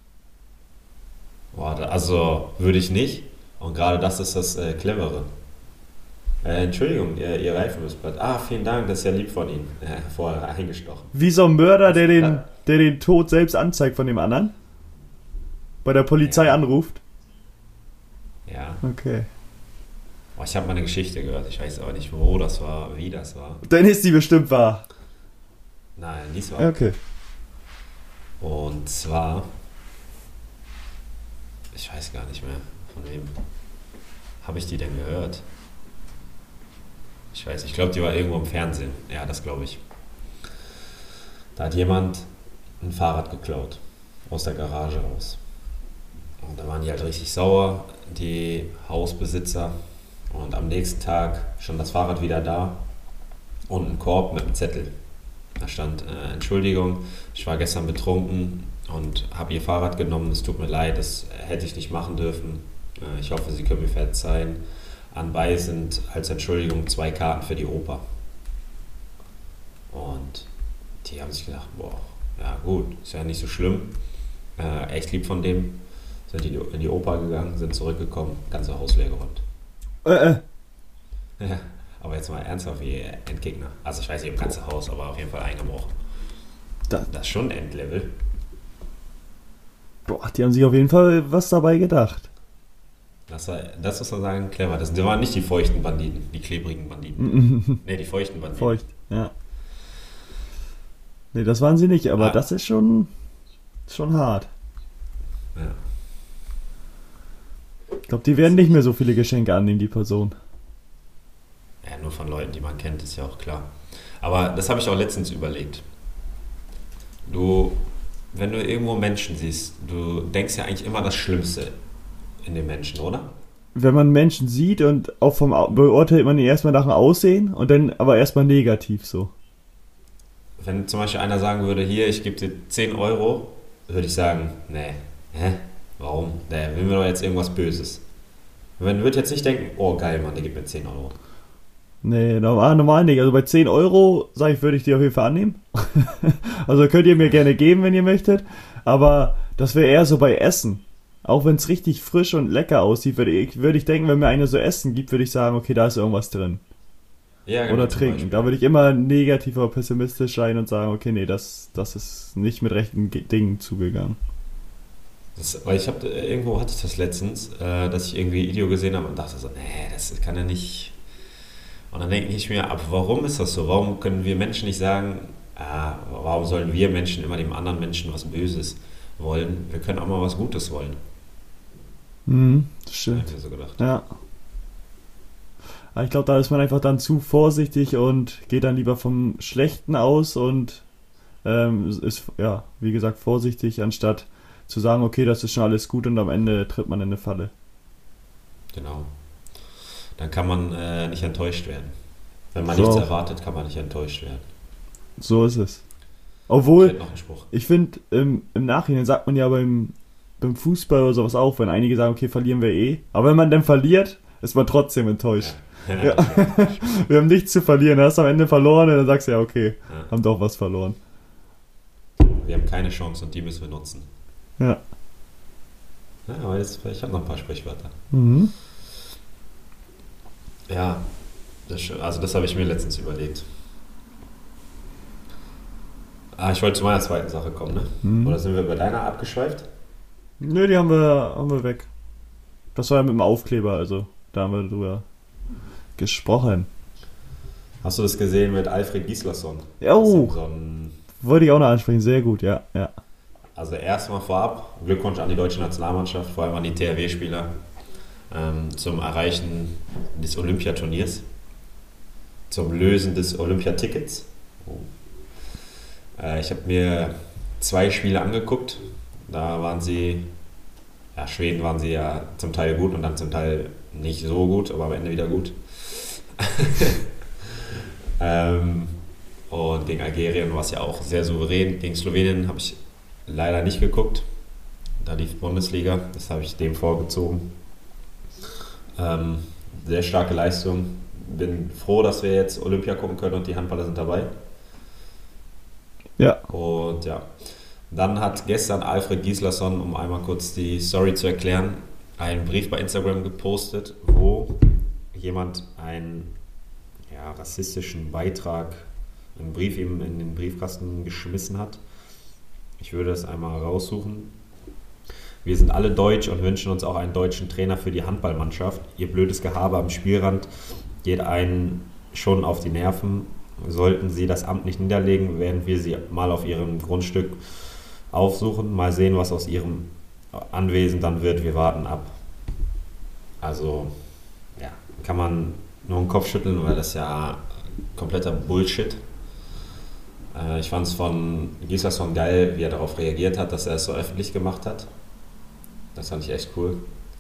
Boah, also würde ich nicht. Und gerade das ist das Clevere. Entschuldigung, Ihr Reifen ist platt. Ah, vielen Dank, das ist ja lieb von Ihnen. Vorher eingestochen. Wie so ein Mörder, der den Tod selbst anzeigt von dem anderen? Bei der Polizei Ja. anruft? Ja. Okay. Oh, ich habe mal eine Geschichte gehört. Ich weiß aber nicht, wo das war, wie das war. Dann ist die bestimmt wahr. Nein, dies war. Okay. Und zwar, ich weiß gar nicht mehr, von wem habe ich die denn gehört? Ich glaube, die war irgendwo im Fernsehen. Ja, das glaube ich. Da hat jemand ein Fahrrad geklaut. Aus der Garage raus. Und da waren die halt richtig sauer, die Hausbesitzer. Und am nächsten Tag stand das Fahrrad wieder da und ein Korb mit einem Zettel. Da stand, Entschuldigung, ich war gestern betrunken und habe Ihr Fahrrad genommen. Es tut mir leid, das hätte ich nicht machen dürfen. Ich hoffe, Sie können mir verzeihen. Anbei sind als Entschuldigung 2 Karten für die Oper. Und die haben sich gedacht, boah, ja gut, ist ja nicht so schlimm. Echt lieb von dem. Sind die in die Oper gegangen, sind zurückgekommen, ganze Haus leer geräumt. Ja, aber jetzt mal ernsthaft wie Endgegner. Also ich weiß nicht im ganzen Haus, aber auf jeden Fall eingebrochen. Das ist schon Endlevel. Boah, die haben sich auf jeden Fall was dabei gedacht. Das muss man sagen, clever. Das waren nicht die feuchten Banditen, die klebrigen Banditen. Ne, die feuchten Banditen. Feucht, ja. Nee, das waren sie nicht, aber das ist schon hart. Ja. Ich glaube, die werden nicht mehr so viele Geschenke annehmen, die Person. Ja, nur von Leuten, die man kennt, ist ja auch klar. Aber das habe ich auch letztens überlegt. Wenn du irgendwo Menschen siehst, du denkst ja eigentlich immer das Schlimmste in den Menschen, oder? Wenn man Menschen sieht und auch beurteilt man ihn erstmal nach dem Aussehen und dann aber erstmal negativ so. Wenn zum Beispiel einer sagen würde, hier, ich gebe dir 10 Euro, würde ich sagen, nee, warum? Der will mir doch jetzt irgendwas Böses. Man würde jetzt nicht denken, oh geil, Mann, der gibt mir 10 Euro. Nee, normal nicht. Also bei 10 Euro, sage ich, würde ich die auf jeden Fall annehmen. Also könnt ihr mir gerne geben, wenn ihr möchtet. Aber das wäre eher so bei Essen. Auch wenn es richtig frisch und lecker aussieht, würde ich denken, wenn mir einer so Essen gibt, würde ich sagen, okay, da ist irgendwas drin. Ja, genau, oder trinken. Da würde ich immer negativ oder pessimistisch sein und sagen, okay, nee, das ist nicht mit rechten Dingen zugegangen. Weil irgendwo hatte ich das letztens, dass ich irgendwie ein Video gesehen habe und dachte so, nee, das kann ja nicht. Und dann denke ich mir, aber warum ist das so? Warum können wir Menschen nicht sagen, warum sollen wir Menschen immer dem anderen Menschen was Böses wollen? Wir können auch mal was Gutes wollen. Das stimmt. Hab ich mir so gedacht. Ja. Aber ich glaube, da ist man einfach dann zu vorsichtig und geht dann lieber vom Schlechten aus und ist, ja, wie gesagt, vorsichtig, anstatt zu sagen, okay, das ist schon alles gut und am Ende tritt man in eine Falle. Genau. Dann kann man nicht enttäuscht werden. Wenn man So. nichts erwartet, kann man nicht enttäuscht werden. So ist es. Obwohl, Noch ein Spruch. ich finde, im Nachhinein sagt man ja beim Fußball oder sowas auch, wenn einige sagen, okay, verlieren wir eh. Aber wenn man dann verliert, ist man trotzdem enttäuscht. Ja. Wir haben nichts zu verlieren. Du hast am Ende verloren und dann sagst du ja, okay, haben doch was verloren. Wir haben keine Chance und die müssen wir nutzen. Ja. Ja, aber ich habe noch ein paar Sprichwörter. Mhm. Ja, das habe ich mir letztens überlegt. Ich wollte zu meiner zweiten Sache kommen, ne? Oder sind wir bei deiner abgeschweift? Nö, die haben wir weg. Das war ja mit dem Aufkleber, also da haben wir drüber gesprochen. Hast du das gesehen mit Alfred Gislason? Oh, So ein, wollte ich auch noch ansprechen, sehr gut, ja. also erstmal vorab, Glückwunsch an die deutsche Nationalmannschaft, vor allem an die THW-Spieler, zum Erreichen des Olympiaturniers, zum Lösen des Olympiatickets. Ich habe mir 2 Spiele angeguckt, da waren Schweden waren sie ja zum Teil gut und dann zum Teil nicht so gut, aber am Ende wieder gut. Und gegen Algerien war es ja auch sehr souverän. Gegen Slowenien habe ich leider nicht geguckt. Da lief Bundesliga, das habe ich dem vorgezogen. Sehr starke Leistung. bin froh, dass wir jetzt Olympia gucken können und die Handballer sind dabei. Ja. Und ja, dann hat gestern Alfred Gislason, um einmal kurz die Story zu erklären, einen Brief bei Instagram gepostet, wo jemand einen rassistischen Beitrag, einen Brief ihm in den Briefkasten geschmissen hat. Ich würde es einmal raussuchen. Wir sind alle deutsch und wünschen uns auch einen deutschen Trainer für die Handballmannschaft. Ihr blödes Gehabe am Spielrand geht einen schon auf die Nerven. Sollten Sie das Amt nicht niederlegen, werden wir Sie mal auf Ihrem Grundstück aufsuchen. Mal sehen, was aus Ihrem Anwesen dann wird. Wir warten ab. Also, ja, kann man nur den Kopf schütteln, weil das ja kompletter Bullshit. Ich fand es von Gislason geil, wie er darauf reagiert hat, dass er es so öffentlich gemacht hat. Das fand ich echt cool.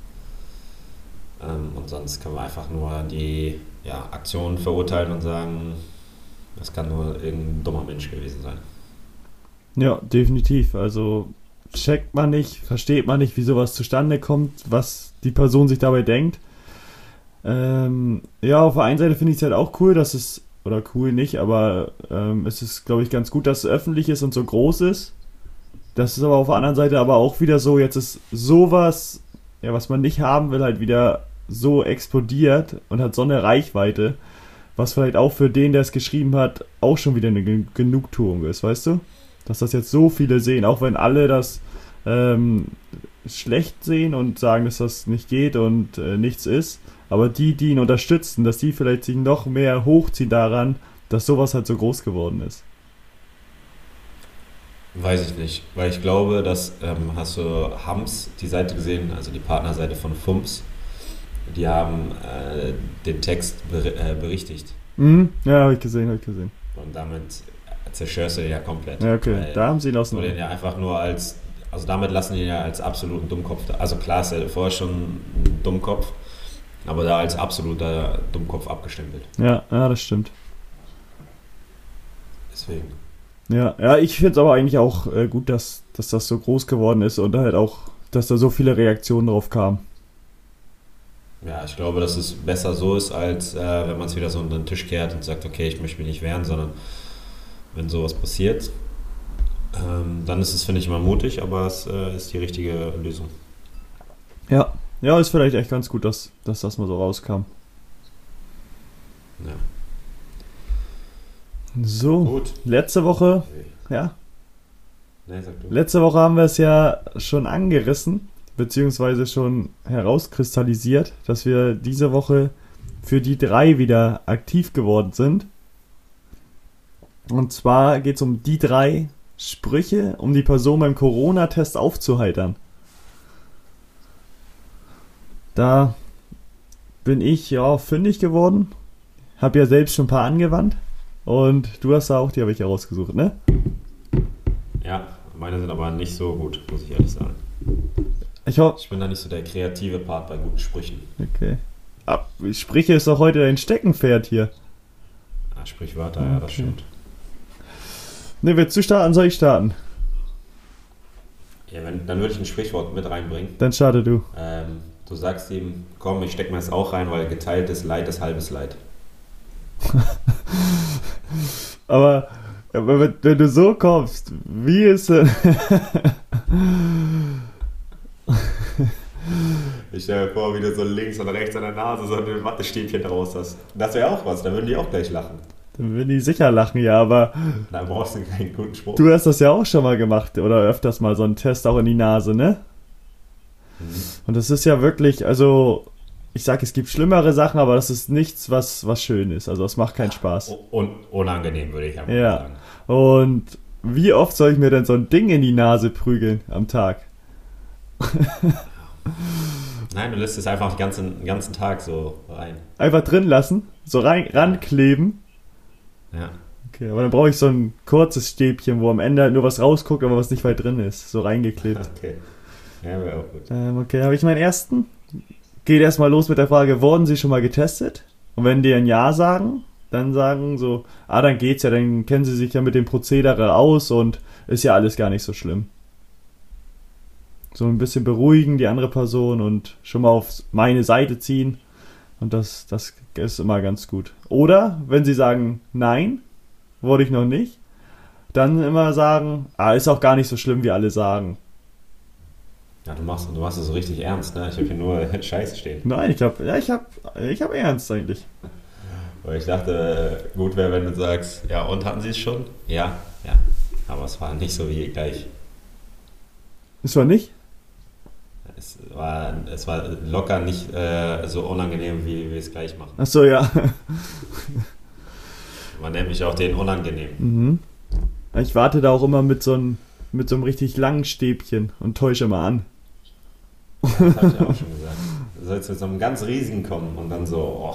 Und sonst können wir einfach nur die Aktionen verurteilen und sagen, das kann nur irgendein dummer Mensch gewesen sein. Ja, definitiv. Also checkt man nicht, versteht man nicht, wie sowas zustande kommt, was die Person sich dabei denkt. Auf der einen Seite finde ich es halt auch cool, dass es, oder cool nicht, aber es ist, glaube ich, ganz gut, dass es öffentlich ist und so groß ist. Das ist aber auf der anderen Seite aber auch wieder so, jetzt ist sowas, was man nicht haben will, halt wieder so explodiert und hat so eine Reichweite, was vielleicht auch für den, der es geschrieben hat, auch schon wieder eine Genugtuung ist, weißt du? Dass das jetzt so viele sehen, auch wenn alle das schlecht sehen und sagen, dass das nicht geht und nichts ist, aber die ihn unterstützen, dass die vielleicht sich noch mehr hochziehen daran, dass sowas halt so groß geworden ist. Weiß ich nicht, weil ich glaube, dass hast du Hams die Seite gesehen, also die Partnerseite von FUMS, die haben den Text berichtigt. Ja, habe ich gesehen. Und damit zerstörst du den ja komplett. Ja, okay, da haben sie ihn auseinander. Den ja einfach nur damit lassen die ihn ja als absoluten Dummkopf da. Also klar ist er vorher schon ein Dummkopf, aber da als absoluter Dummkopf abgestempelt. Ja, das stimmt. Deswegen. Ja, ich finde es aber eigentlich auch gut, dass das so groß geworden ist und halt auch, dass da so viele Reaktionen drauf kamen. Ja, ich glaube, dass es besser so ist, als wenn man es wieder so unter den Tisch kehrt und sagt, okay, ich möchte mich nicht wehren, sondern wenn sowas passiert, dann ist es, finde ich, immer mutig, aber es ist die richtige Lösung. Ja, ist vielleicht echt ganz gut, dass das mal so rauskam. Ja. So, gut. Letzte Woche, Nee, sag du. Letzte Woche haben wir es ja schon angerissen, beziehungsweise schon herauskristallisiert, dass wir diese Woche für die 3 wieder aktiv geworden sind. Und zwar geht es um die 3 Sprüche, um die Person beim Corona-Test aufzuheitern. Da bin ich fündig geworden, habe ja selbst schon ein paar angewandt und du hast da auch, die habe ich ja rausgesucht, ne? Ja, meine sind aber nicht so gut, muss ich ehrlich sagen. Ich bin da nicht so der kreative Part bei guten Sprüchen. Okay. Sprüche ist doch heute dein Steckenpferd hier. Sprichwörter, ja, das stimmt. Ne, willst du starten, soll ich starten? Ja, dann würde ich ein Sprichwort mit reinbringen. Dann starte du. Du sagst ihm, komm, ich steck mir das auch rein, weil geteiltes Leid ist halbes Leid. Aber wenn du so kommst, wie ist denn... Ich stelle mir vor, wie du so links und rechts an der Nase so ein Wattestäbchen draus hast. Das wäre auch was, da würden die auch gleich lachen. Dann würden die sicher lachen, ja, aber... Da brauchst du keinen guten Spruch. Du hast das ja auch schon mal gemacht, oder öfters mal so einen Test auch in die Nase, ne? Und das ist ja wirklich, also... Ich sag, es gibt schlimmere Sachen, aber das ist nichts, was schön ist. Also es macht keinen Spaß. Und unangenehm, würde ich einfach sagen. Und wie oft soll ich mir denn so ein Ding in die Nase prügeln am Tag? Nein, du lässt es einfach den ganzen Tag so rein. Einfach drin lassen, so rankleben. Ja. Okay, aber dann brauche ich so ein kurzes Stäbchen, wo am Ende halt nur was rausguckt, aber was nicht weit drin ist. So reingeklebt. Okay. Ja, wäre auch gut. Okay, habe ich meinen ersten? Geht erstmal los mit der Frage, wurden Sie schon mal getestet? Und wenn die ein Ja sagen, dann sagen so, dann geht's ja, dann kennen Sie sich ja mit dem Prozedere aus und ist ja alles gar nicht so schlimm. So ein bisschen beruhigen die andere Person und schon mal auf meine Seite ziehen, Und das ist immer ganz gut. Oder, wenn sie sagen, nein, wurde ich noch nicht, dann immer sagen, ist auch gar nicht so schlimm, wie alle sagen. Ja, du machst es so richtig ernst, ne? Ich habe hier nur Scheiße stehen. Nein, ich hab ernst eigentlich. Weil ich dachte, gut wäre, wenn du sagst, ja, und hatten sie es schon? Ja. Aber es war nicht so wie gleich. Ist war nicht? Es war locker nicht so unangenehm, wie wir es gleich machen. Ach so, ja. Man nennt mich auch den unangenehm. Mhm. Ich warte da auch immer mit so einem richtig langen Stäbchen und täusche mal an. Das habe ich ja auch schon gesagt. Du sollst mit so einem ganz riesigen kommen und dann so,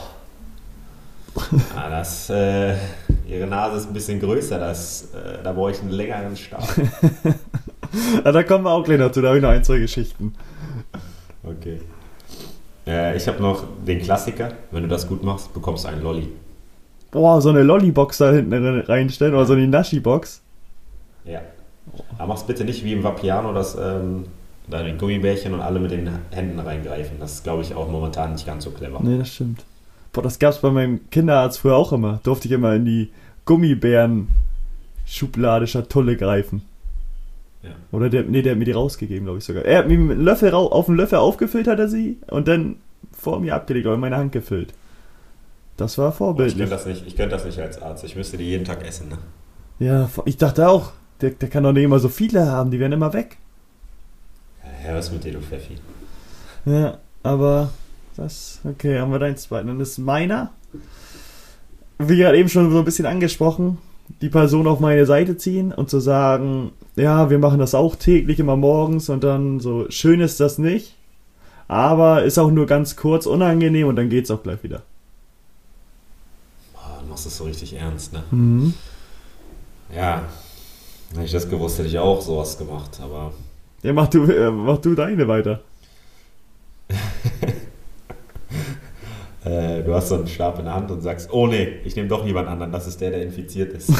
ihre Nase ist ein bisschen größer, da brauche ich einen längeren Stab. Da kommen wir auch gleich noch zu, da habe ich noch ein, zwei Geschichten. Okay. Ich habe noch den Klassiker, wenn du das gut machst, bekommst du einen Lolli. Boah, so eine Lolli-Box da hinten reinstellen oder so eine Naschi-Box. Ja. Aber mach's bitte nicht wie im Vapiano, dass da die Gummibärchen und alle mit den Händen reingreifen. Das ist, glaube ich, auch momentan nicht ganz so clever. Nee, das stimmt. Boah, das gab's bei meinem Kinderarzt früher auch immer. Durfte ich immer in die Gummibären-Schublade Schatulle greifen. Ja. Oder der hat mir die rausgegeben, glaube ich sogar. Er hat mir mit einem Löffel auf einen Löffel aufgefüllt, hat er sie, und dann vor mir abgelegt oder in meine Hand gefüllt. Das war vorbildlich. Ich könnte das nicht als Arzt. Ich müsste die jeden Tag essen, ne? Ja, ich dachte auch, der kann doch nicht immer so viele haben, die werden immer weg. Ja, was mit dir, du Pfeffi? Ja, aber okay, haben wir deinen zweiten. Dann ist meiner, wie gerade eben schon so ein bisschen angesprochen, die Person auf meine Seite ziehen und zu sagen, ja, wir machen das auch täglich, immer morgens, und dann so, schön ist das nicht, aber ist auch nur ganz kurz unangenehm und dann geht's auch gleich wieder. Boah, du machst das so richtig ernst, ne? Mhm. Ja, hätte ich das gewusst, hätte ich auch sowas gemacht, aber... Ja, mach du deine weiter. Du hast so einen Stab in der Hand und sagst, oh nee, ich nehme doch jemand anderen, das ist der infiziert ist.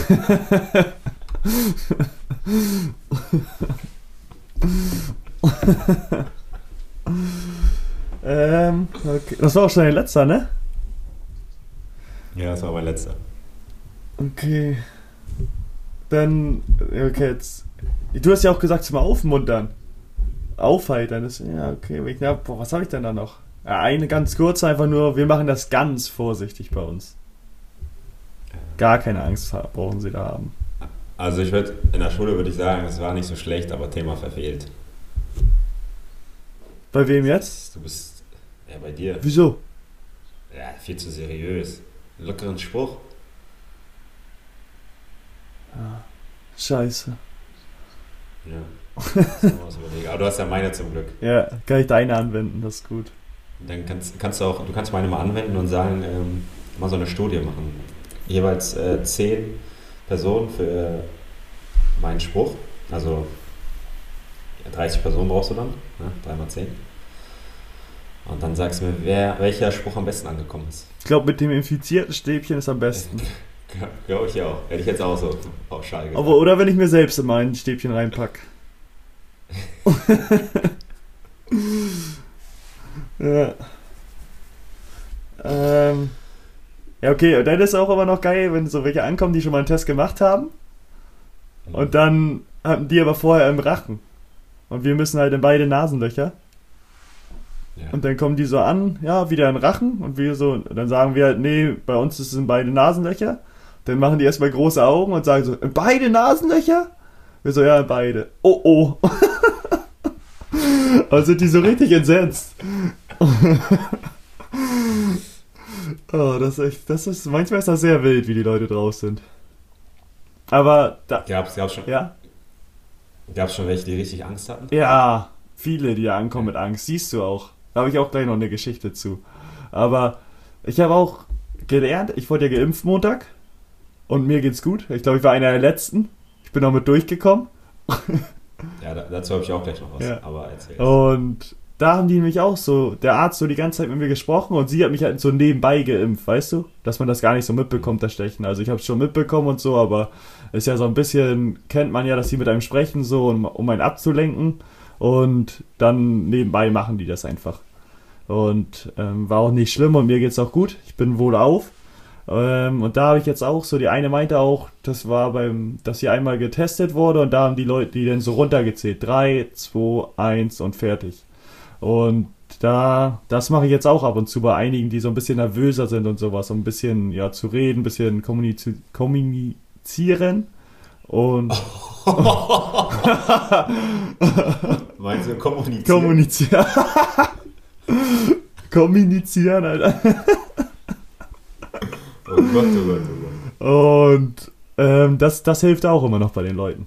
Okay. Das war auch schon dein letzter, ne? Ja, das war mein letzter. Okay. Dann, okay, jetzt. Du hast ja auch gesagt, zum Aufmuntern. Aufheitern. Ja, okay. Was habe ich denn da noch? Ja, eine ganz kurze, einfach nur, wir machen das ganz vorsichtig bei uns. Gar keine Angst brauchen sie da haben. Also in der Schule würde ich sagen, es war nicht so schlecht, aber Thema verfehlt. Bei wem jetzt? Du bist, ja, bei dir. Wieso? Ja, viel zu seriös. Lockeren Spruch. Ja, scheiße. Ja. Aber du hast ja meine zum Glück. Ja, kann ich deine anwenden, das ist gut. Dann kannst du meine mal anwenden und sagen, mal so eine Studie machen. Jeweils 10 Personen für meinen Spruch. Also 30 Personen brauchst du dann, ne? 3 mal 10. Und dann sagst du mir, welcher Spruch am besten angekommen ist. Ich glaube, mit dem infizierten Stäbchen ist am besten. Glaube ich auch. Hätte ich jetzt auch so pauschal gesagt. Aber, oder wenn ich mir selbst in mein Stäbchen reinpack. Ja. Ja, okay, und dann ist auch immer noch geil, wenn so welche ankommen, die schon mal einen Test gemacht haben. Und dann hatten die aber vorher im Rachen. Und wir müssen halt in beide Nasenlöcher. Ja. Und dann kommen die so an, ja, wieder in Rachen. Und wir so, dann sagen wir halt, nee, bei uns ist es in beide Nasenlöcher. Dann machen die erstmal große Augen und sagen so, in beide Nasenlöcher? Wir so, ja, in beide. Oh, oh. Und sind die so richtig entsetzt. Oh, manchmal ist das sehr wild, wie die Leute drauf sind. Aber da. Gab's schon? Ja? Gab's schon welche, die richtig Angst hatten? Ja, viele, die da ankommen mit Angst. Siehst du auch. Da habe ich auch gleich noch eine Geschichte zu. Aber ich habe auch gelernt, ich wurde ja geimpft Montag. Und mir geht's gut. Ich glaube, ich war einer der Letzten. Ich bin auch mit durchgekommen. Ja, dazu habe ich auch gleich noch was. Ja. Aber erzähl. Und da haben die mich auch so, der Arzt so die ganze Zeit mit mir gesprochen und sie hat mich halt so nebenbei geimpft, weißt du? Dass man das gar nicht so mitbekommt, das Stechen. Also ich habe es schon mitbekommen und so, aber ist ja so ein bisschen, kennt man ja, dass die mit einem sprechen, so, um einen abzulenken. Und dann nebenbei machen die das einfach. Und war auch nicht schlimm und mir geht's auch gut. Ich bin wohlauf. Und da habe ich jetzt auch so, die eine meinte auch, das war dass sie einmal getestet wurde und da haben die Leute die dann so runtergezählt. 3, 2, 1 und fertig. Und das mache ich jetzt auch ab und zu bei einigen, die so ein bisschen nervöser sind und sowas, um ein bisschen ja zu reden, ein bisschen kommunizieren und Meinst du kommunizieren? kommunizieren. Kommunizieren, Alter. Oh Gott, oh Gott, oh Gott. Und das hilft auch immer noch bei den Leuten.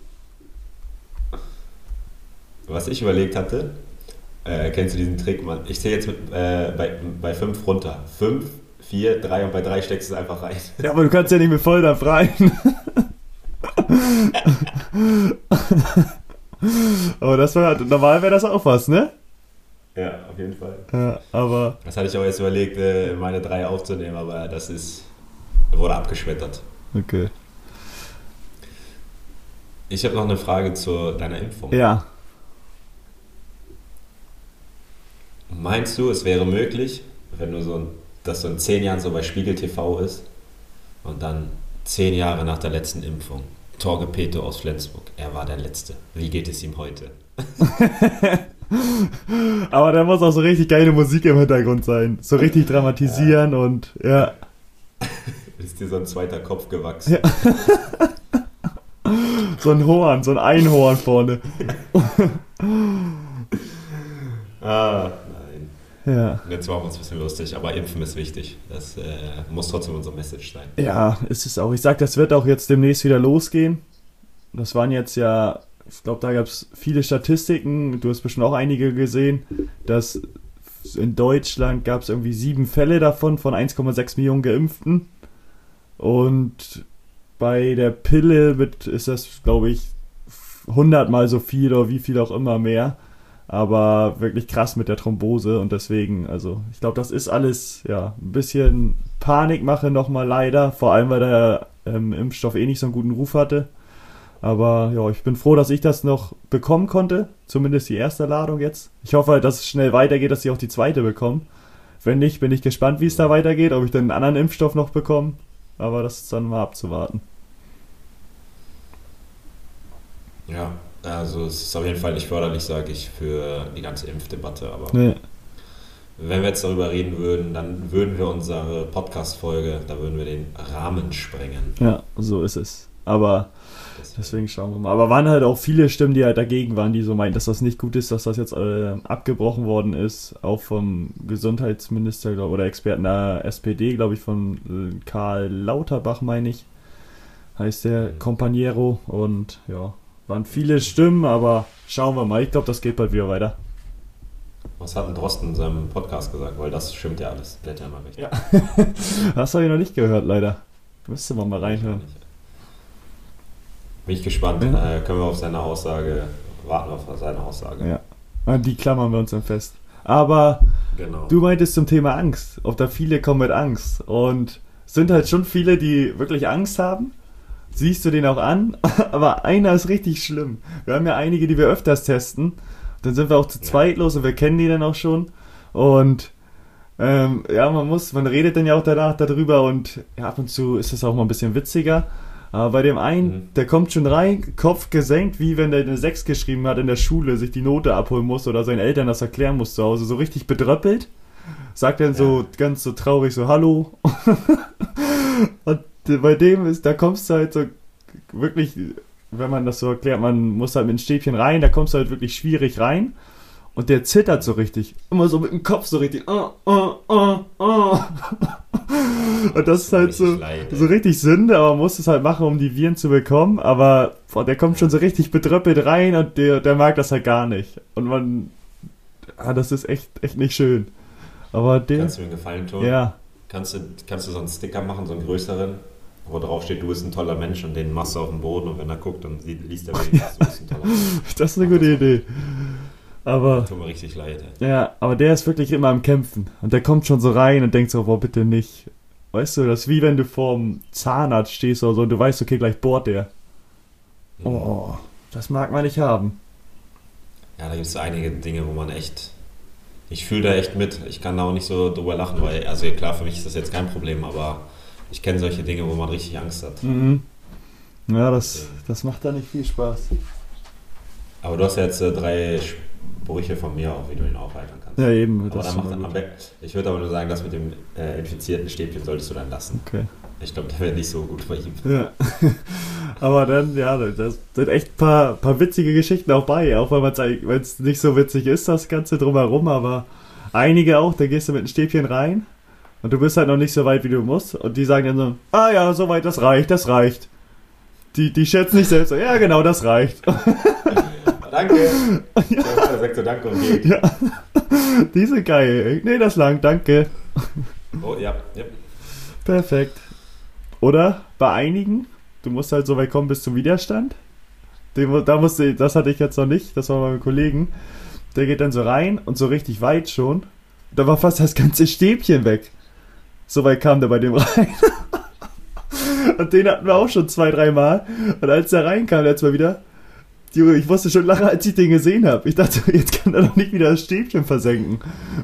Was ich überlegt hatte, kennst du diesen Trick, Mann? Ich zähle jetzt bei 5 runter. 5, 4, 3 und bei 3 steckst du es einfach rein. Ja, aber du kannst ja nicht mit Volldampf rein. Aber normal wäre das auch was, ne? Ja, auf jeden Fall. Ja, aber... Das hatte ich auch jetzt überlegt, meine 3 aufzunehmen, aber wurde abgeschmettert. Okay. Ich habe noch eine Frage zu deiner Impfung. Ja. Meinst du, es wäre möglich, wenn du dass so in 10 Jahren so bei Spiegel TV ist und dann 10 Jahre nach der letzten Impfung, Torge Peto aus Flensburg, er war der Letzte. Wie geht es ihm heute? Aber da muss auch so richtig geile Musik im Hintergrund sein. So richtig dramatisieren und ja. Ist dir so ein zweiter Kopf gewachsen? Ja. So ein Einhorn vorne. Nein. Ja. Jetzt machen wir uns ein bisschen lustig, aber Impfen ist wichtig. Das muss trotzdem unsere Message sein. Ja, ist es auch. Ich sag, das wird auch jetzt demnächst wieder losgehen. Das waren jetzt ja, ich glaube, da gab es viele Statistiken. Du hast bestimmt auch einige gesehen, dass in Deutschland gab es irgendwie 7 Fälle davon von 1,6 Millionen Geimpften. Und bei der Pille ist das, glaube ich, 100-mal so viel oder wie viel auch immer mehr. Aber wirklich krass mit der Thrombose und deswegen, also ich glaube, das ist alles ja ein bisschen Panikmache nochmal leider, vor allem weil der Impfstoff eh nicht so einen guten Ruf hatte. Aber ja, ich bin froh, dass ich das noch bekommen konnte, zumindest die erste Ladung jetzt. Ich hoffe halt, dass es schnell weitergeht, dass ich auch die zweite bekomme. Wenn nicht, bin ich gespannt, wie es da weitergeht, ob ich dann einen anderen Impfstoff noch bekomme. Aber das ist dann mal abzuwarten. Ja, also es ist auf jeden Fall nicht förderlich, sage ich, für die ganze Impfdebatte. Aber Nee. wenn wir jetzt darüber reden würden, dann würden wir unsere Podcast-Folge, da würden wir den Rahmen sprengen. Ja, so ist es. Aber deswegen schauen wir mal. Aber waren halt auch viele Stimmen, die halt dagegen waren, die so meinten, dass das nicht gut ist, dass das jetzt abgebrochen worden ist. Auch vom Gesundheitsminister oder Experten der SPD, glaube ich, von Karl Lauterbach, meine ich, heißt der Companiero. Und ja, waren viele Stimmen, aber schauen wir mal. Ich glaube, das geht bald wieder weiter. Was hat denn Drosten in seinem Podcast gesagt? Weil das stimmt ja alles. Blätter ja mal richtig. Ja. Das habe ich noch nicht gehört, leider. Müsste man mal reinhören. Bin ich gespannt. Ja. Können wir auf seine Aussage warten, auf seine Aussage. Ja. An die klammern wir uns dann fest. Aber Genau. du meintest zum Thema Angst. Ob da viele kommen mit Angst. Und es sind halt schon viele, die wirklich Angst haben. Siehst du den auch an. Aber einer ist richtig schlimm. Wir haben ja einige, die wir öfters testen. Dann sind wir auch zu zweit los und wir kennen die dann auch schon. Und ja, man redet dann ja auch danach darüber und ja, ab und zu ist es auch mal ein bisschen witziger. Aber bei dem einen, der kommt schon rein, Kopf gesenkt, wie wenn der eine 6 geschrieben hat in der Schule, sich die Note abholen muss oder seinen Eltern das erklären muss zu Hause, so richtig bedröppelt. Sagt dann so ganz so traurig so Hallo. Und bei dem da kommst du halt so wirklich, wenn man das so erklärt, man muss halt mit ein Stäbchen rein, da kommst du halt wirklich schwierig rein. Und der zittert so richtig. Immer so mit dem Kopf so richtig. Und das ist halt so richtig Sünde, aber man muss es halt machen, um die Viren zu bekommen. Aber der kommt schon so richtig bedröppelt rein und der mag das halt gar nicht. Und das ist echt nicht schön. Aber Kannst du mir einen Gefallen tun? Ja. Kannst du so einen Sticker machen, so einen größeren, wo drauf steht, du bist ein toller Mensch und den machst du auf den Boden und wenn er guckt, dann liest er wenigstens, du bist ein toller Mensch. Das ist eine gute Idee. Aber, tut mir richtig leid. Ja, aber der ist wirklich immer am Kämpfen. Und der kommt schon so rein und denkt so, boah, bitte nicht. Weißt du, das ist wie wenn du vorm Zahnarzt stehst oder so und du weißt, okay, gleich bohrt der. Oh, das mag man nicht haben. Ja, da gibt es einige Dinge, wo man echt Ich fühle da echt mit. Ich kann da auch nicht so drüber lachen, weil, also ja, klar, für mich ist das jetzt kein Problem, aber ich kenne solche Dinge, wo man richtig Angst hat. Mhm. Ja, das macht da nicht viel Spaß. Aber du hast ja jetzt 3 Sprüche von mir auch, wie du ihn aufheitern kannst. Ja, eben. Aber Das dann ist macht schon mal er, gut. ich würde aber nur sagen, das mit dem infizierten Stäbchen solltest du dann lassen. Okay. Ich glaube, der wäre nicht so gut bei ihm. Ja. Aber dann, ja, das sind echt ein paar witzige Geschichten auch bei, auch wenn es nicht so witzig ist, das Ganze drumherum, aber einige auch, da gehst du mit einem Stäbchen rein und du bist halt noch nicht so weit, wie du musst und die sagen dann so, ah ja, so weit, das reicht. Die schätzen nicht selbst so, ja genau, das reicht. Danke! Der sagt so Danke und geht. Ja, die sind geil. Nee, das lang, danke. Oh, ja. Perfekt. Oder bei einigen, du musst halt so weit kommen bis zum Widerstand. Das hatte ich jetzt noch nicht, das war bei meinem Kollegen. Der geht dann so rein und so richtig weit schon. Da war fast das ganze Stäbchen weg. So weit kam der bei dem rein. Und den hatten wir auch schon 2-3 Mal. Und als der reinkam, letztes Mal wieder, Junge, ich musste schon lachen, als ich den gesehen habe. Ich dachte, jetzt kann er doch nicht wieder das Stäbchen versenken.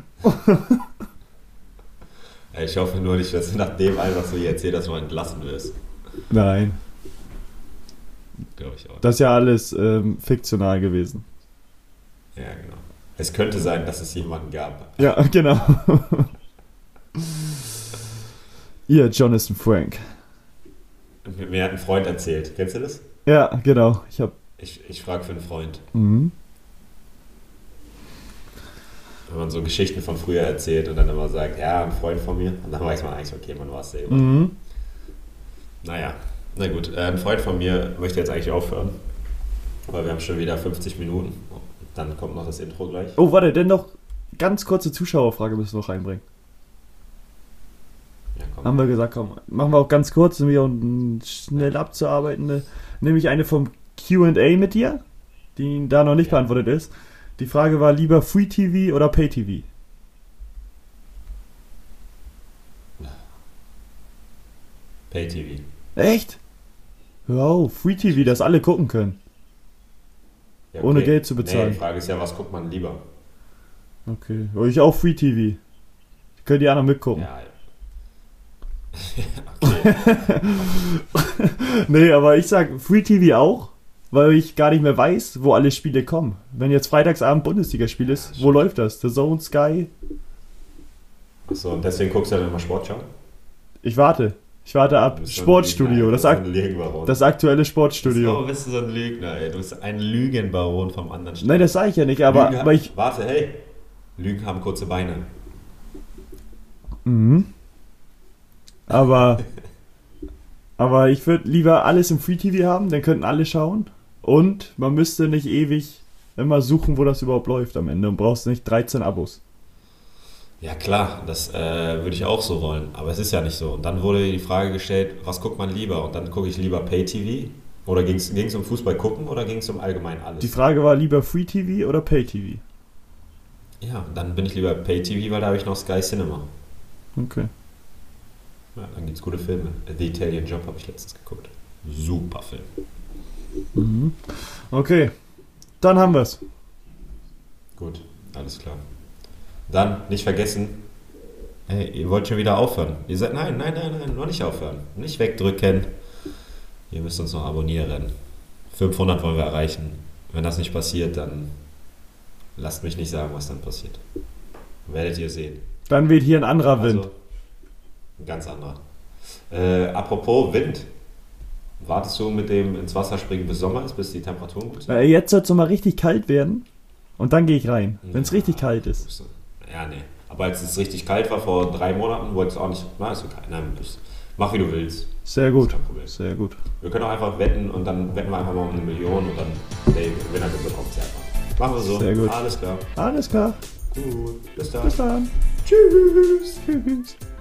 Ich hoffe nur nicht, dass du nach dem einfach so hier erzählt, dass du mal entlassen wirst. Nein. Glaube ich auch. Das ist ja alles fiktional gewesen. Ja, genau. Es könnte sein, dass es jemanden gab. Ja, genau. Ihr, Jonathan Frank. Mir hat ein Freund erzählt. Kennst du das? Ja, genau. Ich frage für einen Freund. Mhm. Wenn man so Geschichten von früher erzählt und dann immer sagt, ja, ein Freund von mir. Und dann weiß man eigentlich, okay, man war es selber. Mhm. Naja, na gut. Ein Freund von mir möchte jetzt eigentlich aufhören. Weil wir haben schon wieder 50 Minuten. Dann kommt noch das Intro gleich. Oh, warte, denn noch ganz kurze Zuschauerfrage müssen wir noch reinbringen. Ja, komm. Haben wir gesagt, komm, machen wir auch ganz kurz, um hier schnell abzuarbeiten. Nämlich eine vom Q&A mit dir, die da noch nicht beantwortet ist. Die Frage war, lieber Free TV oder Pay TV? Pay TV. Echt? Hör auf, Free TV, das alle gucken können. Ja, Ohne Geld zu bezahlen. Nee, die Frage ist ja, was guckt man lieber? Okay, aber ich auch Free TV. Können die anderen mitgucken. Ja. Okay. Nee, aber ich sag Free TV auch, weil ich gar nicht mehr weiß, wo alle Spiele kommen. Wenn jetzt Freitagsabend Bundesligaspiel ist, wo läuft das? The Zone, Sky? Achso, und deswegen guckst du dann immer Sportschau? Ich warte ab. Sportstudio, das aktuelle Sportstudio. So bist du so ein Lügner, ey. Du bist ein Lügenbaron vom anderen Stadt. Nein, das sage ich ja nicht, aber ich... Warte, hey. Lügen haben kurze Beine. Mhm. Aber ich würde lieber alles im Free TV haben, dann könnten alle schauen. Und man müsste nicht ewig immer suchen, wo das überhaupt läuft am Ende und brauchst nicht 13 Abos. Ja klar, das würde ich auch so wollen, aber es ist ja nicht so. Und dann wurde die Frage gestellt, was guckt man lieber? Und dann gucke ich lieber Pay-TV? Oder ging es um Fußball gucken oder ging es um allgemein alles? Die Frage war lieber Free TV oder Pay TV? Ja, dann bin ich lieber Pay-TV, weil da habe ich noch Sky Cinema. Okay. Ja, dann gibt es gute Filme. The Italian Job habe ich letztens geguckt. Super Film. Mhm. Okay, dann haben wir es. Gut, alles klar. Dann nicht vergessen, hey, ihr wollt schon wieder aufhören. Ihr sagt, nein, noch nicht aufhören. Nicht wegdrücken. Ihr müsst uns noch abonnieren. 500 wollen wir erreichen. Wenn das nicht passiert, dann lasst mich nicht sagen, was dann passiert. Werdet ihr sehen. Dann weht hier ein anderer Wind. Also, ein ganz anderer. Apropos Wind. Wartest du mit dem ins Wasser springen bis Sommer ist, bis die Temperaturen gut sind? Jetzt soll es mal richtig kalt werden und dann gehe ich rein, wenn es richtig kalt ist. Ja, nee. Aber als es richtig kalt war vor 3 Monaten, wolltest du auch nicht. Na, ist okay. Nein, mach wie du willst. Sehr gut. Kein Problem. Sehr gut. Wir können auch einfach wetten und dann wetten wir einfach mal um 1 Million und dann der Gewinner bekommt es einfach. Machen wir so. Sehr gut. Alles klar. Alles klar. Gut. Bis dann. Bis dann. Tschüss. Tschüss.